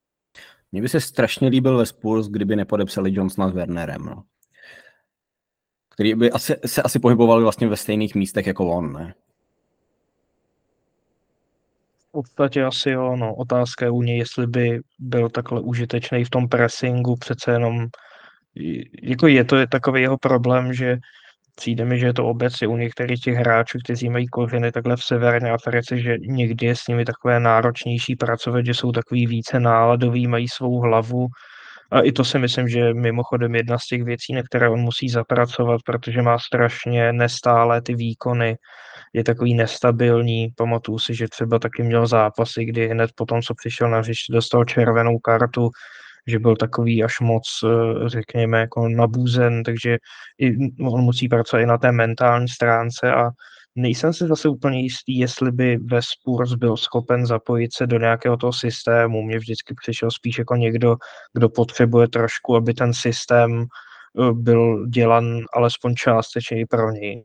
Mně by se strašně líbil ve Spurs, kdyby nepodepsali Johnsona s Wernerem, no. Který by asi, se asi pohybovali vlastně ve stejných místech jako on, ne?
V podstatě asi jo, no. Otázka je u něj, jestli by byl takhle užitečný v tom pressingu, přece jenom jako je to je takový jeho problém, že přijde mi, že je to obecně u některých těch hráčů, kteří mají kořeny takhle v severní Africe, že někdy je s nimi takové náročnější pracovat, že jsou takový více náladoví, mají svou hlavu. A i to si myslím, že mimochodem jedna z těch věcí, na které on musí zapracovat, protože má strašně nestálé ty výkony, je takový nestabilní. Pamatuju si, že třeba taky měl zápasy, kdy hned potom, co přišel na hřiště, dostal červenou kartu, že byl takový až moc, řekněme, jako nabůzen, takže i on musí pracovat i na té mentální stránce a nejsem si zase úplně jistý, jestli by ve Spurs byl schopen zapojit se do nějakého toho systému. Mně vždycky přišel spíš jako někdo, kdo potřebuje trošku, aby ten systém byl dělan alespoň částečně i pro něj.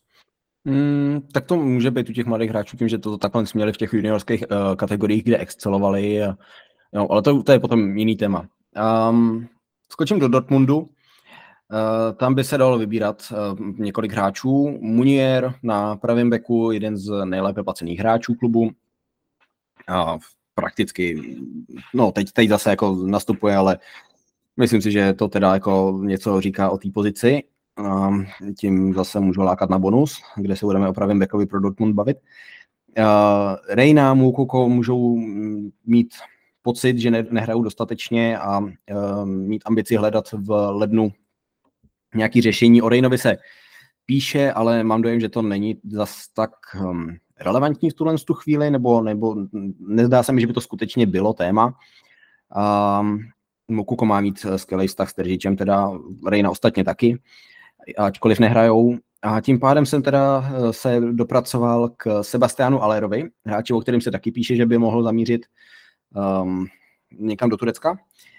Mm, tak to může být u těch mladých hráčů tím, že to takhle směli v těch juniorských uh, kategoriích, kde excelovali. A, jo, ale to, to je potom jiný téma. Um, skočím do Dortmundu. Uh, tam by se dalo vybírat uh, několik hráčů. Munier na pravém beku, jeden z nejlépe placených hráčů klubu. Uh, prakticky, no teď, teď zase jako nastupuje, ale myslím si, že to teda jako něco říká o té pozici. Uh, tím zase můžu lákat na bonus, kde se budeme o pravém backovi pro Dortmund bavit. Uh, Reina, Moukoko můžou mít pocit, že ne, nehrajou dostatečně a uh, mít ambici hledat v lednu nějaké řešení. O Reinovi se píše, ale mám dojem, že to není zas tak um, relevantní v tuhle tu chvíli, nebo, nebo nezdá se mi, že by to skutečně bylo téma. Um, Moukoko má mít skvělý vztah s Teržičem, teda Reina ostatně taky, ačkoliv nehrajou. A tím pádem jsem teda se dopracoval k Sebastianu Allerovi, hráči, o kterém se taky píše, že by mohl zamířit um, někam do Turecka.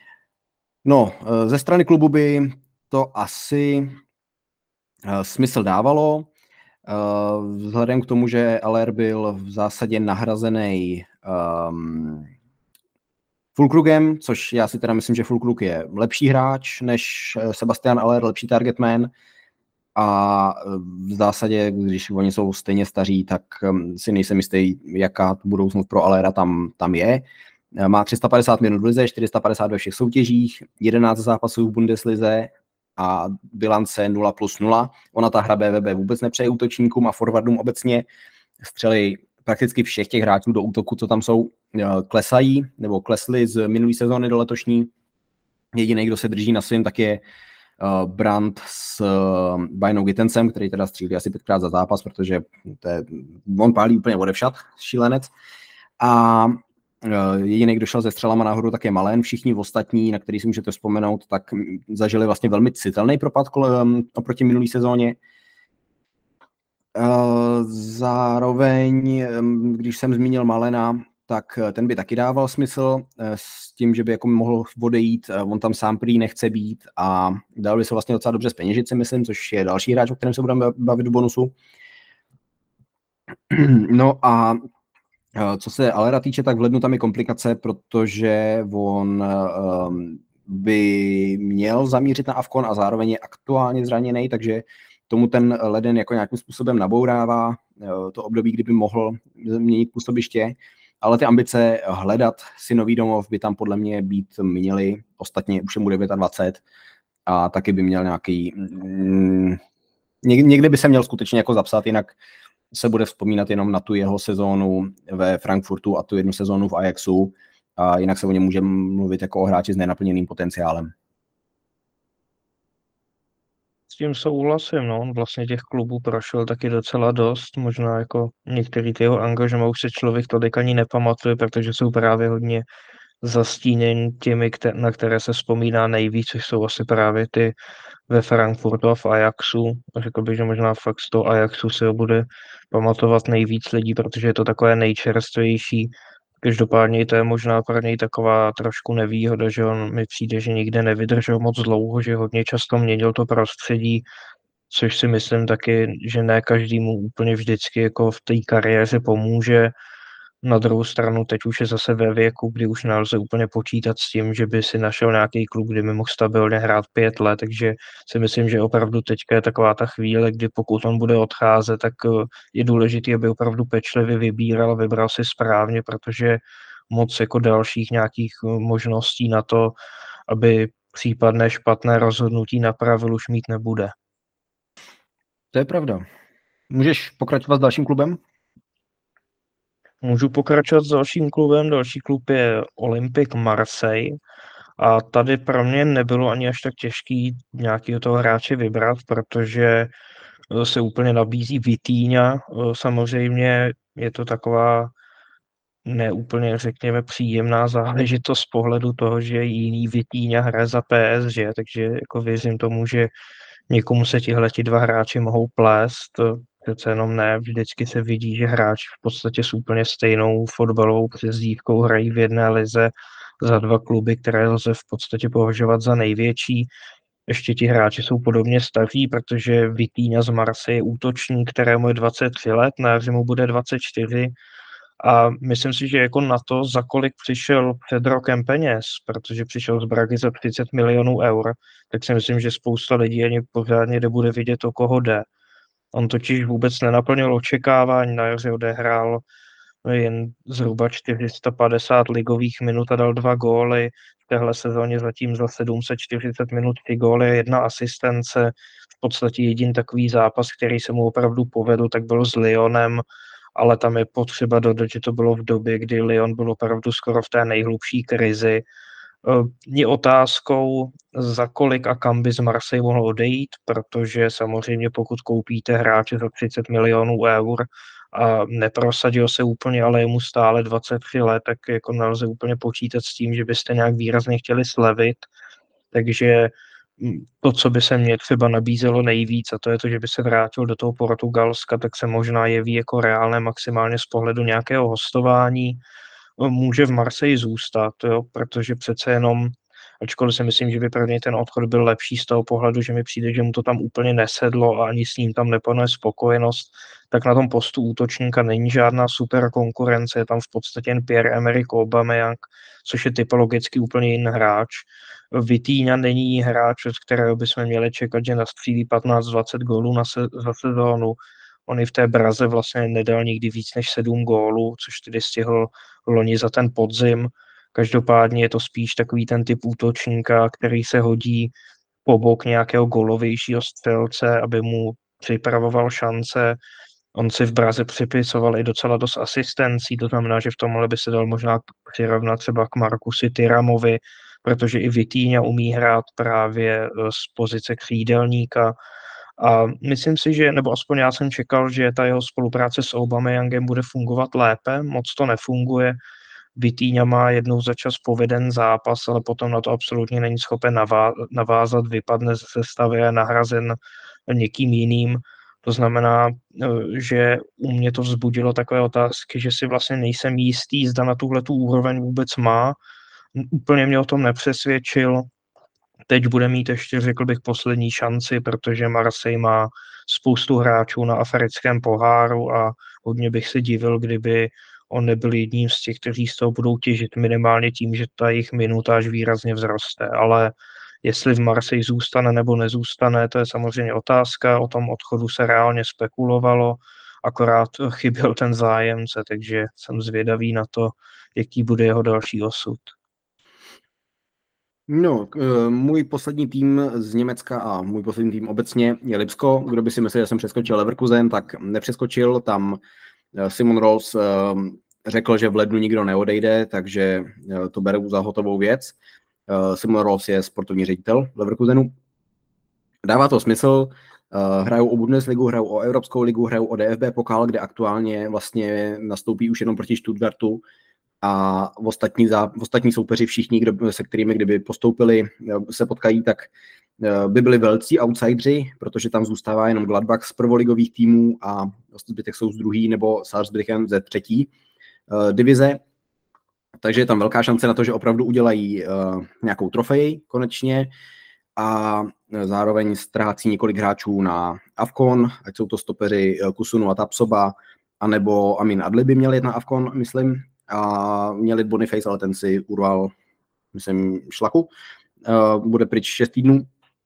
No, ze strany klubu by to asi uh, smysl dávalo, uh, vzhledem k tomu, že Aller byl v zásadě nahrazený um, Fulkrugem, což já si teda myslím, že Fulkrug je lepší hráč než Sebastian Aller, lepší targetman. A v zásadě, když oni jsou stejně staří, tak si nejsem jistý, jaká budoucnost pro Allera tam, tam je. Má tři sta padesát minut v lize, čtyři sta padesát ve všech soutěžích, jedenáct zápasů v Bundeslize a bilance nula plus nula. Ona ta hra B V B vůbec nepřeje útočníkům a forwardům obecně. Střely prakticky všech těch hráčů do útoku, co tam jsou, klesají, nebo klesly z minulé sezóny do letošní. Jediný, kdo se drží na svým, tak je uh, Brandt s uh, Bajnou Gittencem, který teda střílí asi pětkrát za zápas, protože to je, on pálí úplně odevšat, šílenec. A uh, jediný, kdo šel ze střelama nahoru, tak je Malen. Všichni ostatní, na který si můžete vzpomenout, tak zažili vlastně velmi citelný propad kolem, oproti minulý sezóně. Uh, zároveň, um, když jsem zmínil Malena, tak ten by taky dával smysl s tím, že by jako mohl odejít, on tam sám prý nechce být a dal by se vlastně docela dobře z peněžice, myslím, což je další hráč, o kterém se budeme bavit do bonusu. No a co se Allera týče, tak v lednu tam je komplikace, protože on um, by měl zamířit na Afkon a zároveň je aktuálně zraněný, takže tomu ten leden jako nějakým způsobem nabourává to období, kdyby mohl měnit působiště. Ale ty ambice hledat si nový domov by tam podle mě být měly. Ostatně už je mu dvacet devět a taky by měl nějaký... Mm, někde by se měl skutečně jako zapsat, jinak se bude vzpomínat jenom na tu jeho sezónu ve Frankfurtu a tu jednu sezónu v Ajaxu a jinak se o něm můžeme mluvit jako o hráči s nenaplněným potenciálem.
S tím souhlasím, no. On vlastně těch klubů prošel taky docela dost, možná jako některý ty jeho angažmá už se člověk tolik ani nepamatuje, protože jsou právě hodně zastíněn těmi, na které se vzpomíná nejvíc, což jsou asi právě ty ve Frankfurtu a v Ajaxu. Řekl bych, že možná fakt z toho Ajaxu se ho bude pamatovat nejvíc lidí, protože je to takové nejčerstvější. Každopádně to je možná pro něj taková trošku nevýhoda, že on mi přijde, že nikde nevydržel moc dlouho, že hodně často měnil to prostředí, což si myslím taky, že ne každému úplně vždycky jako v té kariéře pomůže. Na druhou stranu teď už je zase ve věku, kdy už nelze úplně počítat s tím, že by si našel nějaký klub, kdy by mohl stabilně hrát pět let, takže si myslím, že opravdu teďka je taková ta chvíle, kdy pokud on bude odcházet, tak je důležité, aby opravdu pečlivě vybíral, vybral si správně, protože moc jako dalších nějakých možností na to, aby případné špatné rozhodnutí napravil, už mít nebude.
To je pravda. Můžeš pokračovat s dalším klubem?
Můžu pokračovat s dalším klubem. Další klub je Olympique Marseille. A tady pro mě nebylo ani až tak těžký nějakého toho hráče vybrat, protože se úplně nabízí Vitinha. Samozřejmě je to taková neúplně, řekněme, příjemná záležitost z pohledu toho, že jiný Vitinha hraje za P S G, takže jako věřím tomu, že někomu se tihleti dva hráči mohou plést. Přece jenom ne, vždycky se vidí, že hráči v podstatě s úplně stejnou fotbalovou přezdívkou hrají v jedné lize za dva kluby, které lze v podstatě považovat za největší. Ještě ti hráči jsou podobně staří, protože Vitinha z Marseille je útočník, kterému je dvacet tři let, na jaře mu bude dvacet čtyři. A myslím si, že jako na to, za kolik přišel před rokem peněz, protože přišel z Bragy za třicet milionů eur, tak si myslím, že spousta lidí ani pořádně nebude vidět, o koho jde. On totiž vůbec nenaplnil očekávání, na jaře odehrál jen zhruba čtyři sta padesát ligových minut a dal dva góly. V téhle sezóně zatím za sedm set čtyřicet minut tři góly, jedna asistence. V podstatě jediný takový zápas, který se mu opravdu povedl, tak byl s Lyonem, ale tam je potřeba dodat, že to bylo v době, kdy Lyon byl opravdu skoro v té nejhlubší krizi. Je otázkou, za kolik a kam by z Marseille mohl odejít, protože samozřejmě pokud koupíte hráče za třicet milionů eur a neprosadil se úplně, ale je mu stále dvacet tři let, tak jako nelze úplně počítat s tím, že byste nějak výrazně chtěli slevit. Takže to, co by se mně třeba nabízelo nejvíc, a to je to, že by se vrátil do toho Portugalska, tak se možná jeví jako reálné maximálně z pohledu nějakého hostování. Může v Marseille zůstat, jo, protože přece jenom ačkoliv si myslím, že by pro něj ten odchod byl lepší z toho pohledu, že mi přijde, že mu to tam úplně nesedlo a ani s ním tam nepanuje spokojenost, tak na tom postu útočníka není žádná super konkurence, je tam v podstatě jen Pierre-Emerick Aubameyang, což je typologicky úplně jiný hráč. Vitinha není hráč, od kterého bychom měli čekat, že nastřílí patnáct dvacet gólů na se, za sezónu. On i v té Braze vlastně nedal nikdy víc než sedm gólů, což tedy stihl loni za ten podzim. Každopádně je to spíš takový ten typ útočníka, který se hodí po bok nějakého golovějšího střelce, aby mu připravoval šance. On si v Braze připisoval i docela dost asistencí, to znamená, že v tomhle by se dal možná přirovnat třeba k Markusi Thuramovi, protože i Vitinha umí hrát právě z pozice křídelníka. A myslím si, že, nebo aspoň já jsem čekal, že ta jeho spolupráce s Aubameyangem bude fungovat lépe, moc to nefunguje. Vitinha má jednou za čas poveden zápas, ale potom na to absolutně není schopen navázat, vypadne ze sestavy a je nahrazen někým jiným. To znamená, že u mě to vzbudilo takové otázky, že si vlastně nejsem jistý, zda na tuhle tu úroveň vůbec má. Úplně mě o tom nepřesvědčil. Teď bude mít ještě, řekl bych, poslední šanci, protože Marseille má spoustu hráčů na africkém poháru a hodně bych se divil, kdyby on nebyl jedním z těch, kteří z toho budou těžit minimálně tím, že ta jejich minutáž výrazně vzroste. Ale jestli v Marseille zůstane nebo nezůstane, to je samozřejmě otázka. O tom odchodu se reálně spekulovalo, akorát chyběl ten zájemce, takže jsem zvědavý na to, jaký bude jeho další osud.
No, můj poslední tým z Německa a můj poslední tým obecně je Lipsko. Kdo by si myslel, že jsem přeskočil Leverkusen, tak nepřeskočil. Tam Simon Rolls řekl, že v lednu nikdo neodejde, takže to beru za hotovou věc. Simon Rolls je sportovní ředitel Leverkusenu. Dává to smysl. Hrajou o Bundesligu, hrajou o Evropskou ligu, hrajou o D F B pokal, kde aktuálně vlastně nastoupí už jenom proti Stuttgartu. A v ostatní, zá, v ostatní soupeři všichni, kdo, se kterými kdyby postoupili, se potkají, tak by byli velcí outsidři, protože tam zůstává jenom Gladbach z prvoligových týmů a zbytek jsou z druhý nebo Salzbrücken ze třetí uh, divize. Takže je tam velká šance na to, že opravdu udělají uh, nějakou trofej konečně a zároveň ztrácí několik hráčů na Afcon, ať jsou to stopeři Kusunu a Tapsoba, anebo Amin Adli by měli jet na Afcon, myslím, a měli Boniface, ale ten si urval, myslím, šlaku. Uh, bude pryč šest týdnů.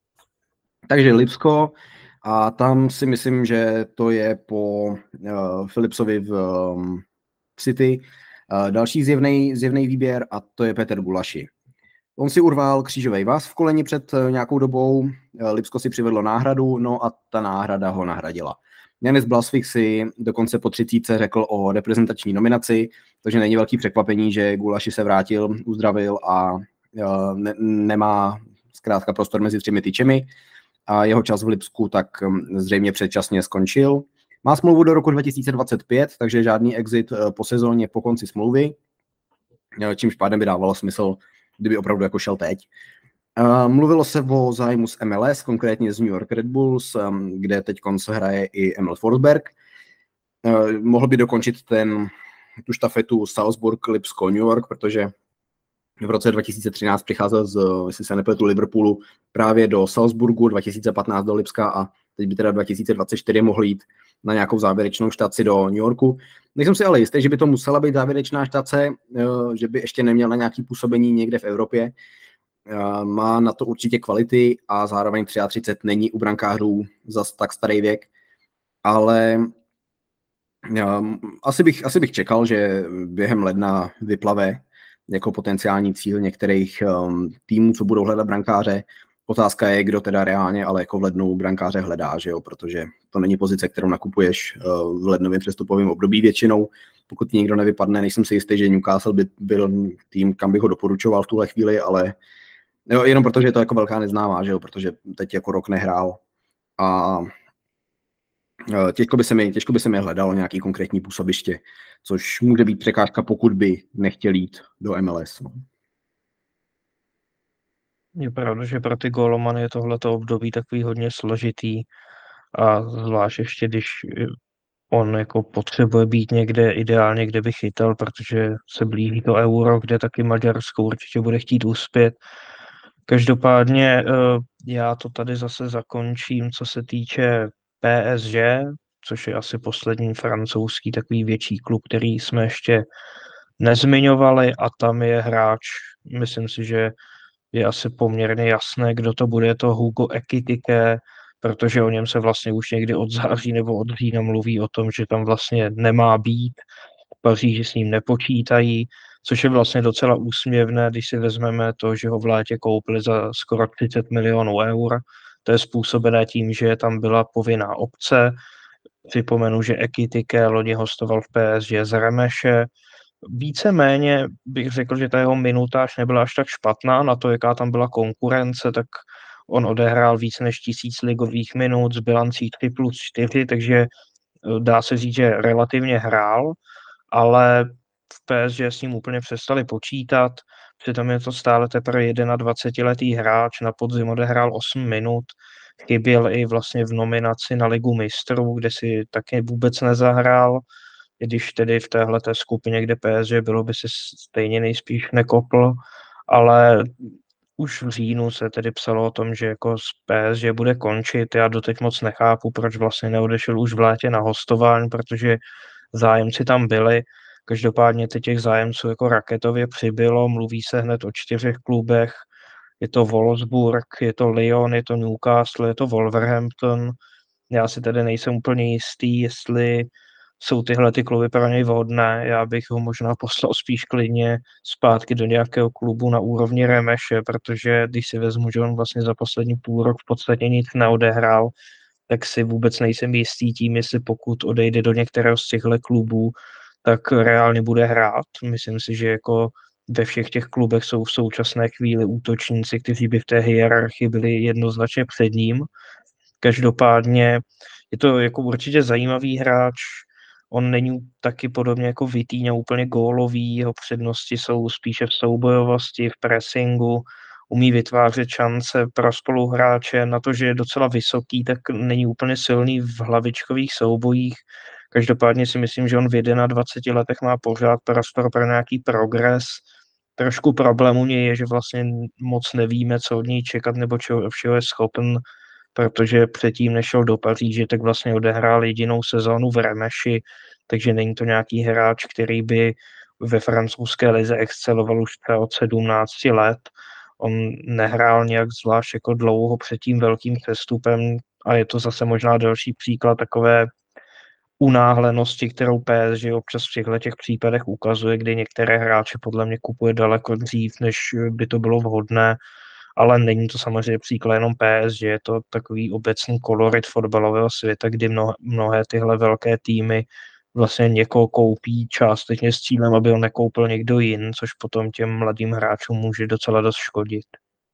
Takže Lipsko a tam si myslím, že to je po uh, Philipsovi v um, City. Uh, další zjevný, zjevný výběr a to je Petr Gulaši. On si urval křížový vaz v koleni před uh, nějakou dobou, uh, Lipsko si přivedlo náhradu, no a ta náhrada ho nahradila. Janis Blasvik si dokonce po třicítce řekl o reprezentační nominaci, takže není velký překvapení, že Gulaši se vrátil, uzdravil a uh, ne, nemá zkrátka prostor mezi třemi tyčemi a jeho čas v Lipsku tak um, zřejmě předčasně skončil. Má smlouvu do roku dva tisíce dvacet pět, takže žádný exit uh, po sezóně po konci smlouvy, uh, čímž pádem by dávalo smysl, kdyby opravdu jako šel teď. Uh, mluvilo se o zájmu z M L S, konkrétně z New York Red Bulls, um, kde teď se hraje i Emil Forsberg. Uh, mohl by dokončit ten, tu štafetu Salzburg, Lipsko, New York, protože v roce dva tisíce třináct přicházel z, jestli se nepletu, Liverpoolu právě do Salzburgu, dva tisíce patnáct do Lipska a teď by teda dva tisíce dvacet čtyři mohl jít na nějakou závěrečnou štaci do New Yorku. Nejsem si ale jistý, že by to musela být závěrečná štace, uh, že by ještě neměl na nějaké působení někde v Evropě. Má na to určitě kvality a zároveň třicet tři není u brankářů zas tak starý věk, ale um, asi, bych, asi bych čekal, že během ledna vyplave jako potenciální cíl některých um, týmů, co budou hledat brankáře. Otázka je, kdo teda reálně, ale jako v lednu brankáře hledá, že jo? Protože to není pozice, kterou nakupuješ uh, v lednovém přestupovém období většinou. Pokud někdo nevypadne, nejsem si jistý, že Newcastle by byl tým, kam bych ho doporučoval v tuhle chvíli, ale jo, jenom protože je to jako velká neznámá, že jo, protože teď jako rok nehrál a těžko by se mi, těžko by se mi hledalo nějaký konkrétní působiště, což může být překážka, pokud by nechtěl jít do M L S. No.
Je pravda, že pro ty gólomany je tohleto období takový hodně složitý a zvlášť ještě, když on jako potřebuje být někde ideálně, kde by chytal, protože se blíží to Euro, kde taky Maďarsko určitě bude chtít uspět. Každopádně eh, já to tady zase zakončím, co se týče P S G, což je asi poslední francouzský takový větší klub, který jsme ještě nezmiňovali, a tam je hráč, myslím si, že je asi poměrně jasné, kdo to bude, je to Hugo Ekitike, protože o něm se vlastně už někdy od září nebo od října mluví o tom, že tam vlastně nemá být. V Paříži s ním nepočítají, což je vlastně docela úsměvné, když si vezmeme to, že ho v létě koupili za skoro třicet milionů eur. To je způsobené tím, že tam byla povinná opce. Připomenu, že Ekitike loni hostoval v P S G z Remeše. Víceméně bych řekl, že ta jeho minutáž nebyla až tak špatná na to, jaká tam byla konkurence, tak on odehrál víc než tisíc ligových minut s bilancí tři plus čtyři, takže eh, dá se říct, že relativně hrál, ale v P S G s ním úplně přestali počítat. Přitom je to stále teprve dvacetiletý hráč, na podzim odehrál osm minut, chyběl i vlastně v nominaci na Ligu mistrů, kde si taky vůbec nezahrál, i když tedy v téhleté skupině, kde P S G bylo, by se stejně nejspíš nekopl, ale už v říjnu se tedy psalo o tom, že jako z P S G bude končit. Já doteď moc nechápu, proč vlastně neodešel už v létě na hostování, protože zájemci tam byli. Každopádně teď těch zájemců jako raketově přibylo, mluví se hned o čtyřech klubech. Je to Wolfsburg, je to Lyon, je to Newcastle, je to Wolverhampton. Já si tedy nejsem úplně jistý, jestli jsou tyhle ty kluby pro něj vhodné. Já bych ho možná poslal spíš klidně zpátky do nějakého klubu na úrovni Remeše, protože když si vezmu, že on vlastně za poslední půl rok v podstatě nic neodehrál, tak si vůbec nejsem jistý tím, jestli pokud odejde do některého z těchto klubů, tak reálně bude hrát. Myslím si, že jako ve všech těch klubech jsou v současné chvíli útočníci, kteří by v té hierarchii byli jednoznačně před ním. Každopádně je to jako určitě zajímavý hráč. On není taky podobně jako Vitíňa úplně gólový, jeho přednosti jsou spíše v soubojovosti, v pressingu, umí vytvářet šance pro spoluhráče. Na to, že je docela vysoký, tak není úplně silný v hlavičkových soubojích. Každopádně si myslím, že on v dvaceti jedné letech má pořád prostor pro nějaký progres. Trošku problém u něj je, že vlastně moc nevíme, co od něj čekat nebo čeho všeho je schopen, protože předtím nešel do Paříže, tak vlastně odehrál jedinou sezónu v Remeši, takže není to nějaký hráč, který by ve francouzské lize exceloval už třeba od sedmnácti let. On nehrál nějak zvlášť jako dlouho před tím velkým přestupem a je to zase možná další příklad takové unáhlenosti, kterou P S G občas v těchto těch případech ukazuje, kdy některé hráče podle mě kupuje daleko dřív, než by to bylo vhodné, ale není to samozřejmě příklad jenom P S G, je to takový obecný kolorit fotbalového světa, kdy mnohé, mnohé tyhle velké týmy vlastně někoho koupí částečně s cílem, aby ho nekoupil někdo jiný, což potom těm mladým hráčům může docela dost škodit.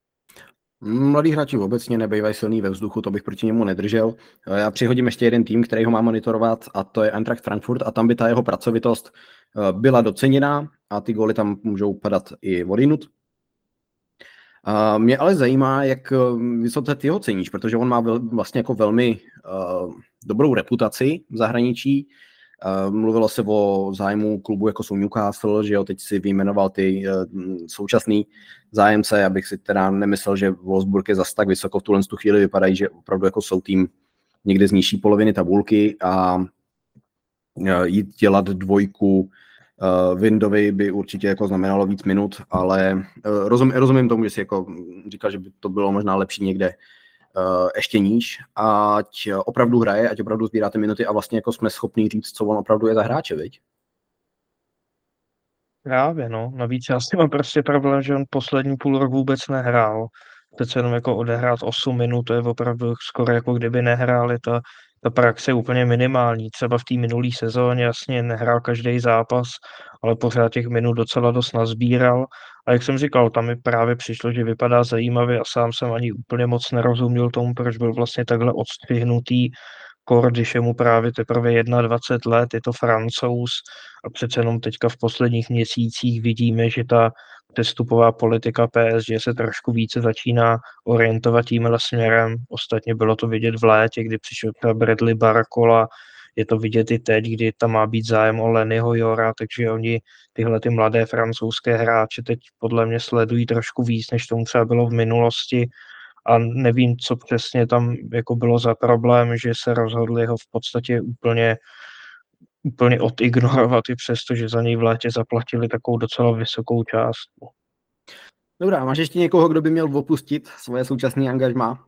Mladí hráči obecně nebývají silný ve vzduchu, to bych proti němu nedržel. Já přihodím ještě jeden tým, který ho má monitorovat, a to je Eintracht Frankfurt, a tam by ta jeho pracovitost byla doceněná a ty góly tam můžou padat i odinut. Mě ale zajímá, jak vysoce ty ho ceníš, protože on má vlastně jako velmi uh, dobrou reputaci v zahraničí. Uh, mluvilo se o zájmu klubu, jako jsou Newcastle, že jo, teď si vyjmenoval ty uh, současný zájemce, abych si teda nemyslel, že Wolfsburg je zas tak vysoko, v tuhle chvíli vypadají, že opravdu jako jsou tým někde z nižší poloviny tabulky a uh, jít dělat dvojku uh, Windovi by určitě jako znamenalo víc minut, ale uh, rozum, rozumím tomu, že si jako říkal, že by to bylo možná lepší někde Uh, ještě níž, ať opravdu hraje, ať opravdu sbírá ty minuty a vlastně jako jsme schopní říct, co on opravdu je za hráče, viď?
Právě, no. Navíc já s tím mám prostě problém, že on poslední půl rok vůbec nehrál. Přece jenom jako odehrát osm minut, to je opravdu skoro jako kdyby nehrál, je ta, ta praxe je úplně minimální. Třeba v té minulé sezóně jasně nehrál každý zápas, ale pořád těch minut docela dost nazbíral. A jak jsem říkal, tam mi právě přišlo, že vypadá zajímavě a sám jsem ani úplně moc nerozuměl tomu, proč byl vlastně takhle odstřihnutý, kor, když je mu právě teprve dvacet jedna let, je to Francouz a přece jenom teďka v posledních měsících vidíme, že ta přestupová politika P S G se trošku více začíná orientovat tímhle směrem. Ostatně bylo to vidět v létě, kdy přišel třeba Bradley Barcola, je to vidět i teď, kdy tam má být zájem o Lennyho Jora, takže oni tyhle ty mladé francouzské hráče teď podle mě sledují trošku víc, než tomu třeba bylo v minulosti. A nevím, co přesně tam jako bylo za problém, že se rozhodli ho v podstatě úplně, úplně odignorovat, i přesto, že za něj v létě zaplatili takovou docela vysokou částku.
Dobrá, máš ještě někoho, kdo by měl opustit svoje současné angažmá?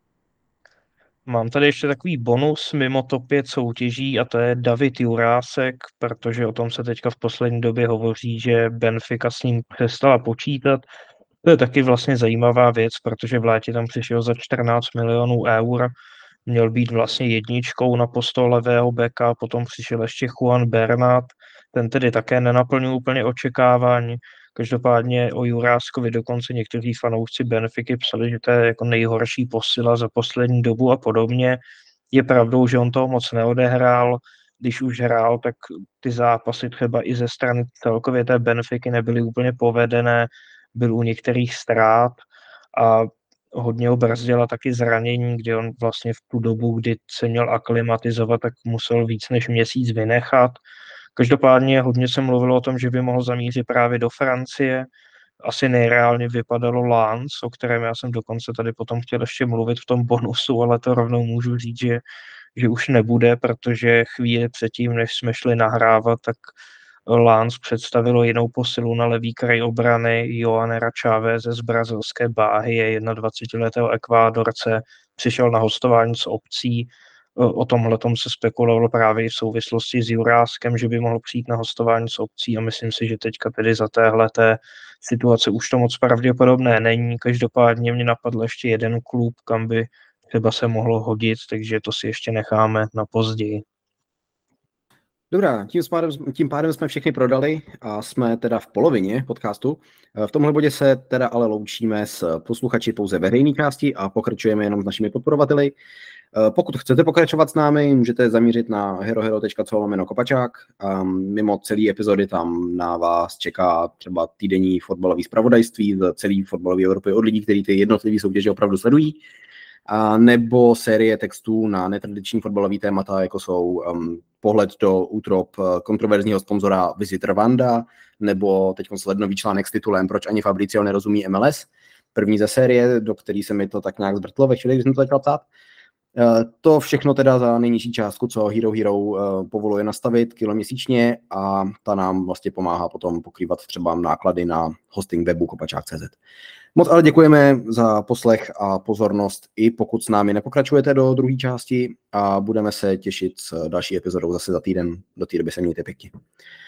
Mám tady ještě takový bonus mimo top pět soutěží a to je David Jurásek, protože o tom se teďka v poslední době hovoří, že Benfica s ním přestala počítat. To je taky vlastně zajímavá věc, protože v létě tam přišel za čtrnáct milionů eur, měl být vlastně jedničkou na posto levého beka, potom přišel ještě Juan Bernat, ten tedy také nenaplnil úplně očekávání. Každopádně o Juráskovi dokonce někteří fanoušci Benfiky psali, že to je jako nejhorší posila za poslední dobu a podobně. Je pravdou, že on toho moc neodehrál, když už hrál, tak ty zápasy třeba i ze strany celkově té Benfiky nebyly úplně povedené, byl u některých ztrát a hodně ho brzdila taky zranění, kdy on vlastně v tu dobu, kdy se měl aklimatizovat, tak musel víc než měsíc vynechat. Každopádně hodně se mluvilo o tom, že by mohl zamířit právě do Francie. Asi nejreálně vypadalo Lens, o kterém já jsem dokonce tady potom chtěl ještě mluvit v tom bonusu, ale to rovnou můžu říct, že, že už nebude, protože chvíli předtím, než jsme šli nahrávat, tak Lens představilo jinou posilu na levý kraj obrany Joanera Cháveze z brazilské Báhy, je dvacetiletého Ekvádorce, přišel na hostování s opcí. O tomhletom se spekulovalo právě v souvislosti s Juráskem, že by mohl přijít na hostování s opcí a myslím si, že teďka tedy za téhleté situace už to moc pravděpodobné není. Každopádně mě napadl ještě jeden klub, kam by třeba se mohlo hodit, takže to si ještě necháme na později.
Dobrá, tím pádem, tím pádem jsme všechny prodali a jsme teda v polovině podcastu. V tomhle bodě se teda ale loučíme s posluchači pouze veřejné části a pokračujeme jenom s našimi podporovateli. Pokud chcete pokračovat s námi, můžete zamířit na herohero tečka co lomeno kopačák. Mimo celý epizody tam na vás čeká třeba týdenní fotbalový zpravodajství z celý fotbalový Evropy od lidí, kteří ty jednotlivé soutěže opravdu sledují. A nebo série textů na netradiční fotbalový témata, jako jsou um, pohled do útrop kontroverzního sponzora Visit Rwanda, nebo teď lednový článek s titulem Proč ani Fabricio nerozumí M L S. První ze série, do který se mi to tak nějak zvrtlo ve chvíli, když jsem to začal psát. Uh, to všechno teda za nejnižší částku, co Hero Hero uh, povoluje nastavit kilo měsíčně a ta nám vlastně pomáhá potom pokrývat třeba náklady na hosting webu kopačák tečka cé zet. Moc ale děkujeme za poslech a pozornost, i pokud s námi nepokračujete do druhé části a budeme se těšit s další epizodou zase za týden. Do té doby se mějte pěkně.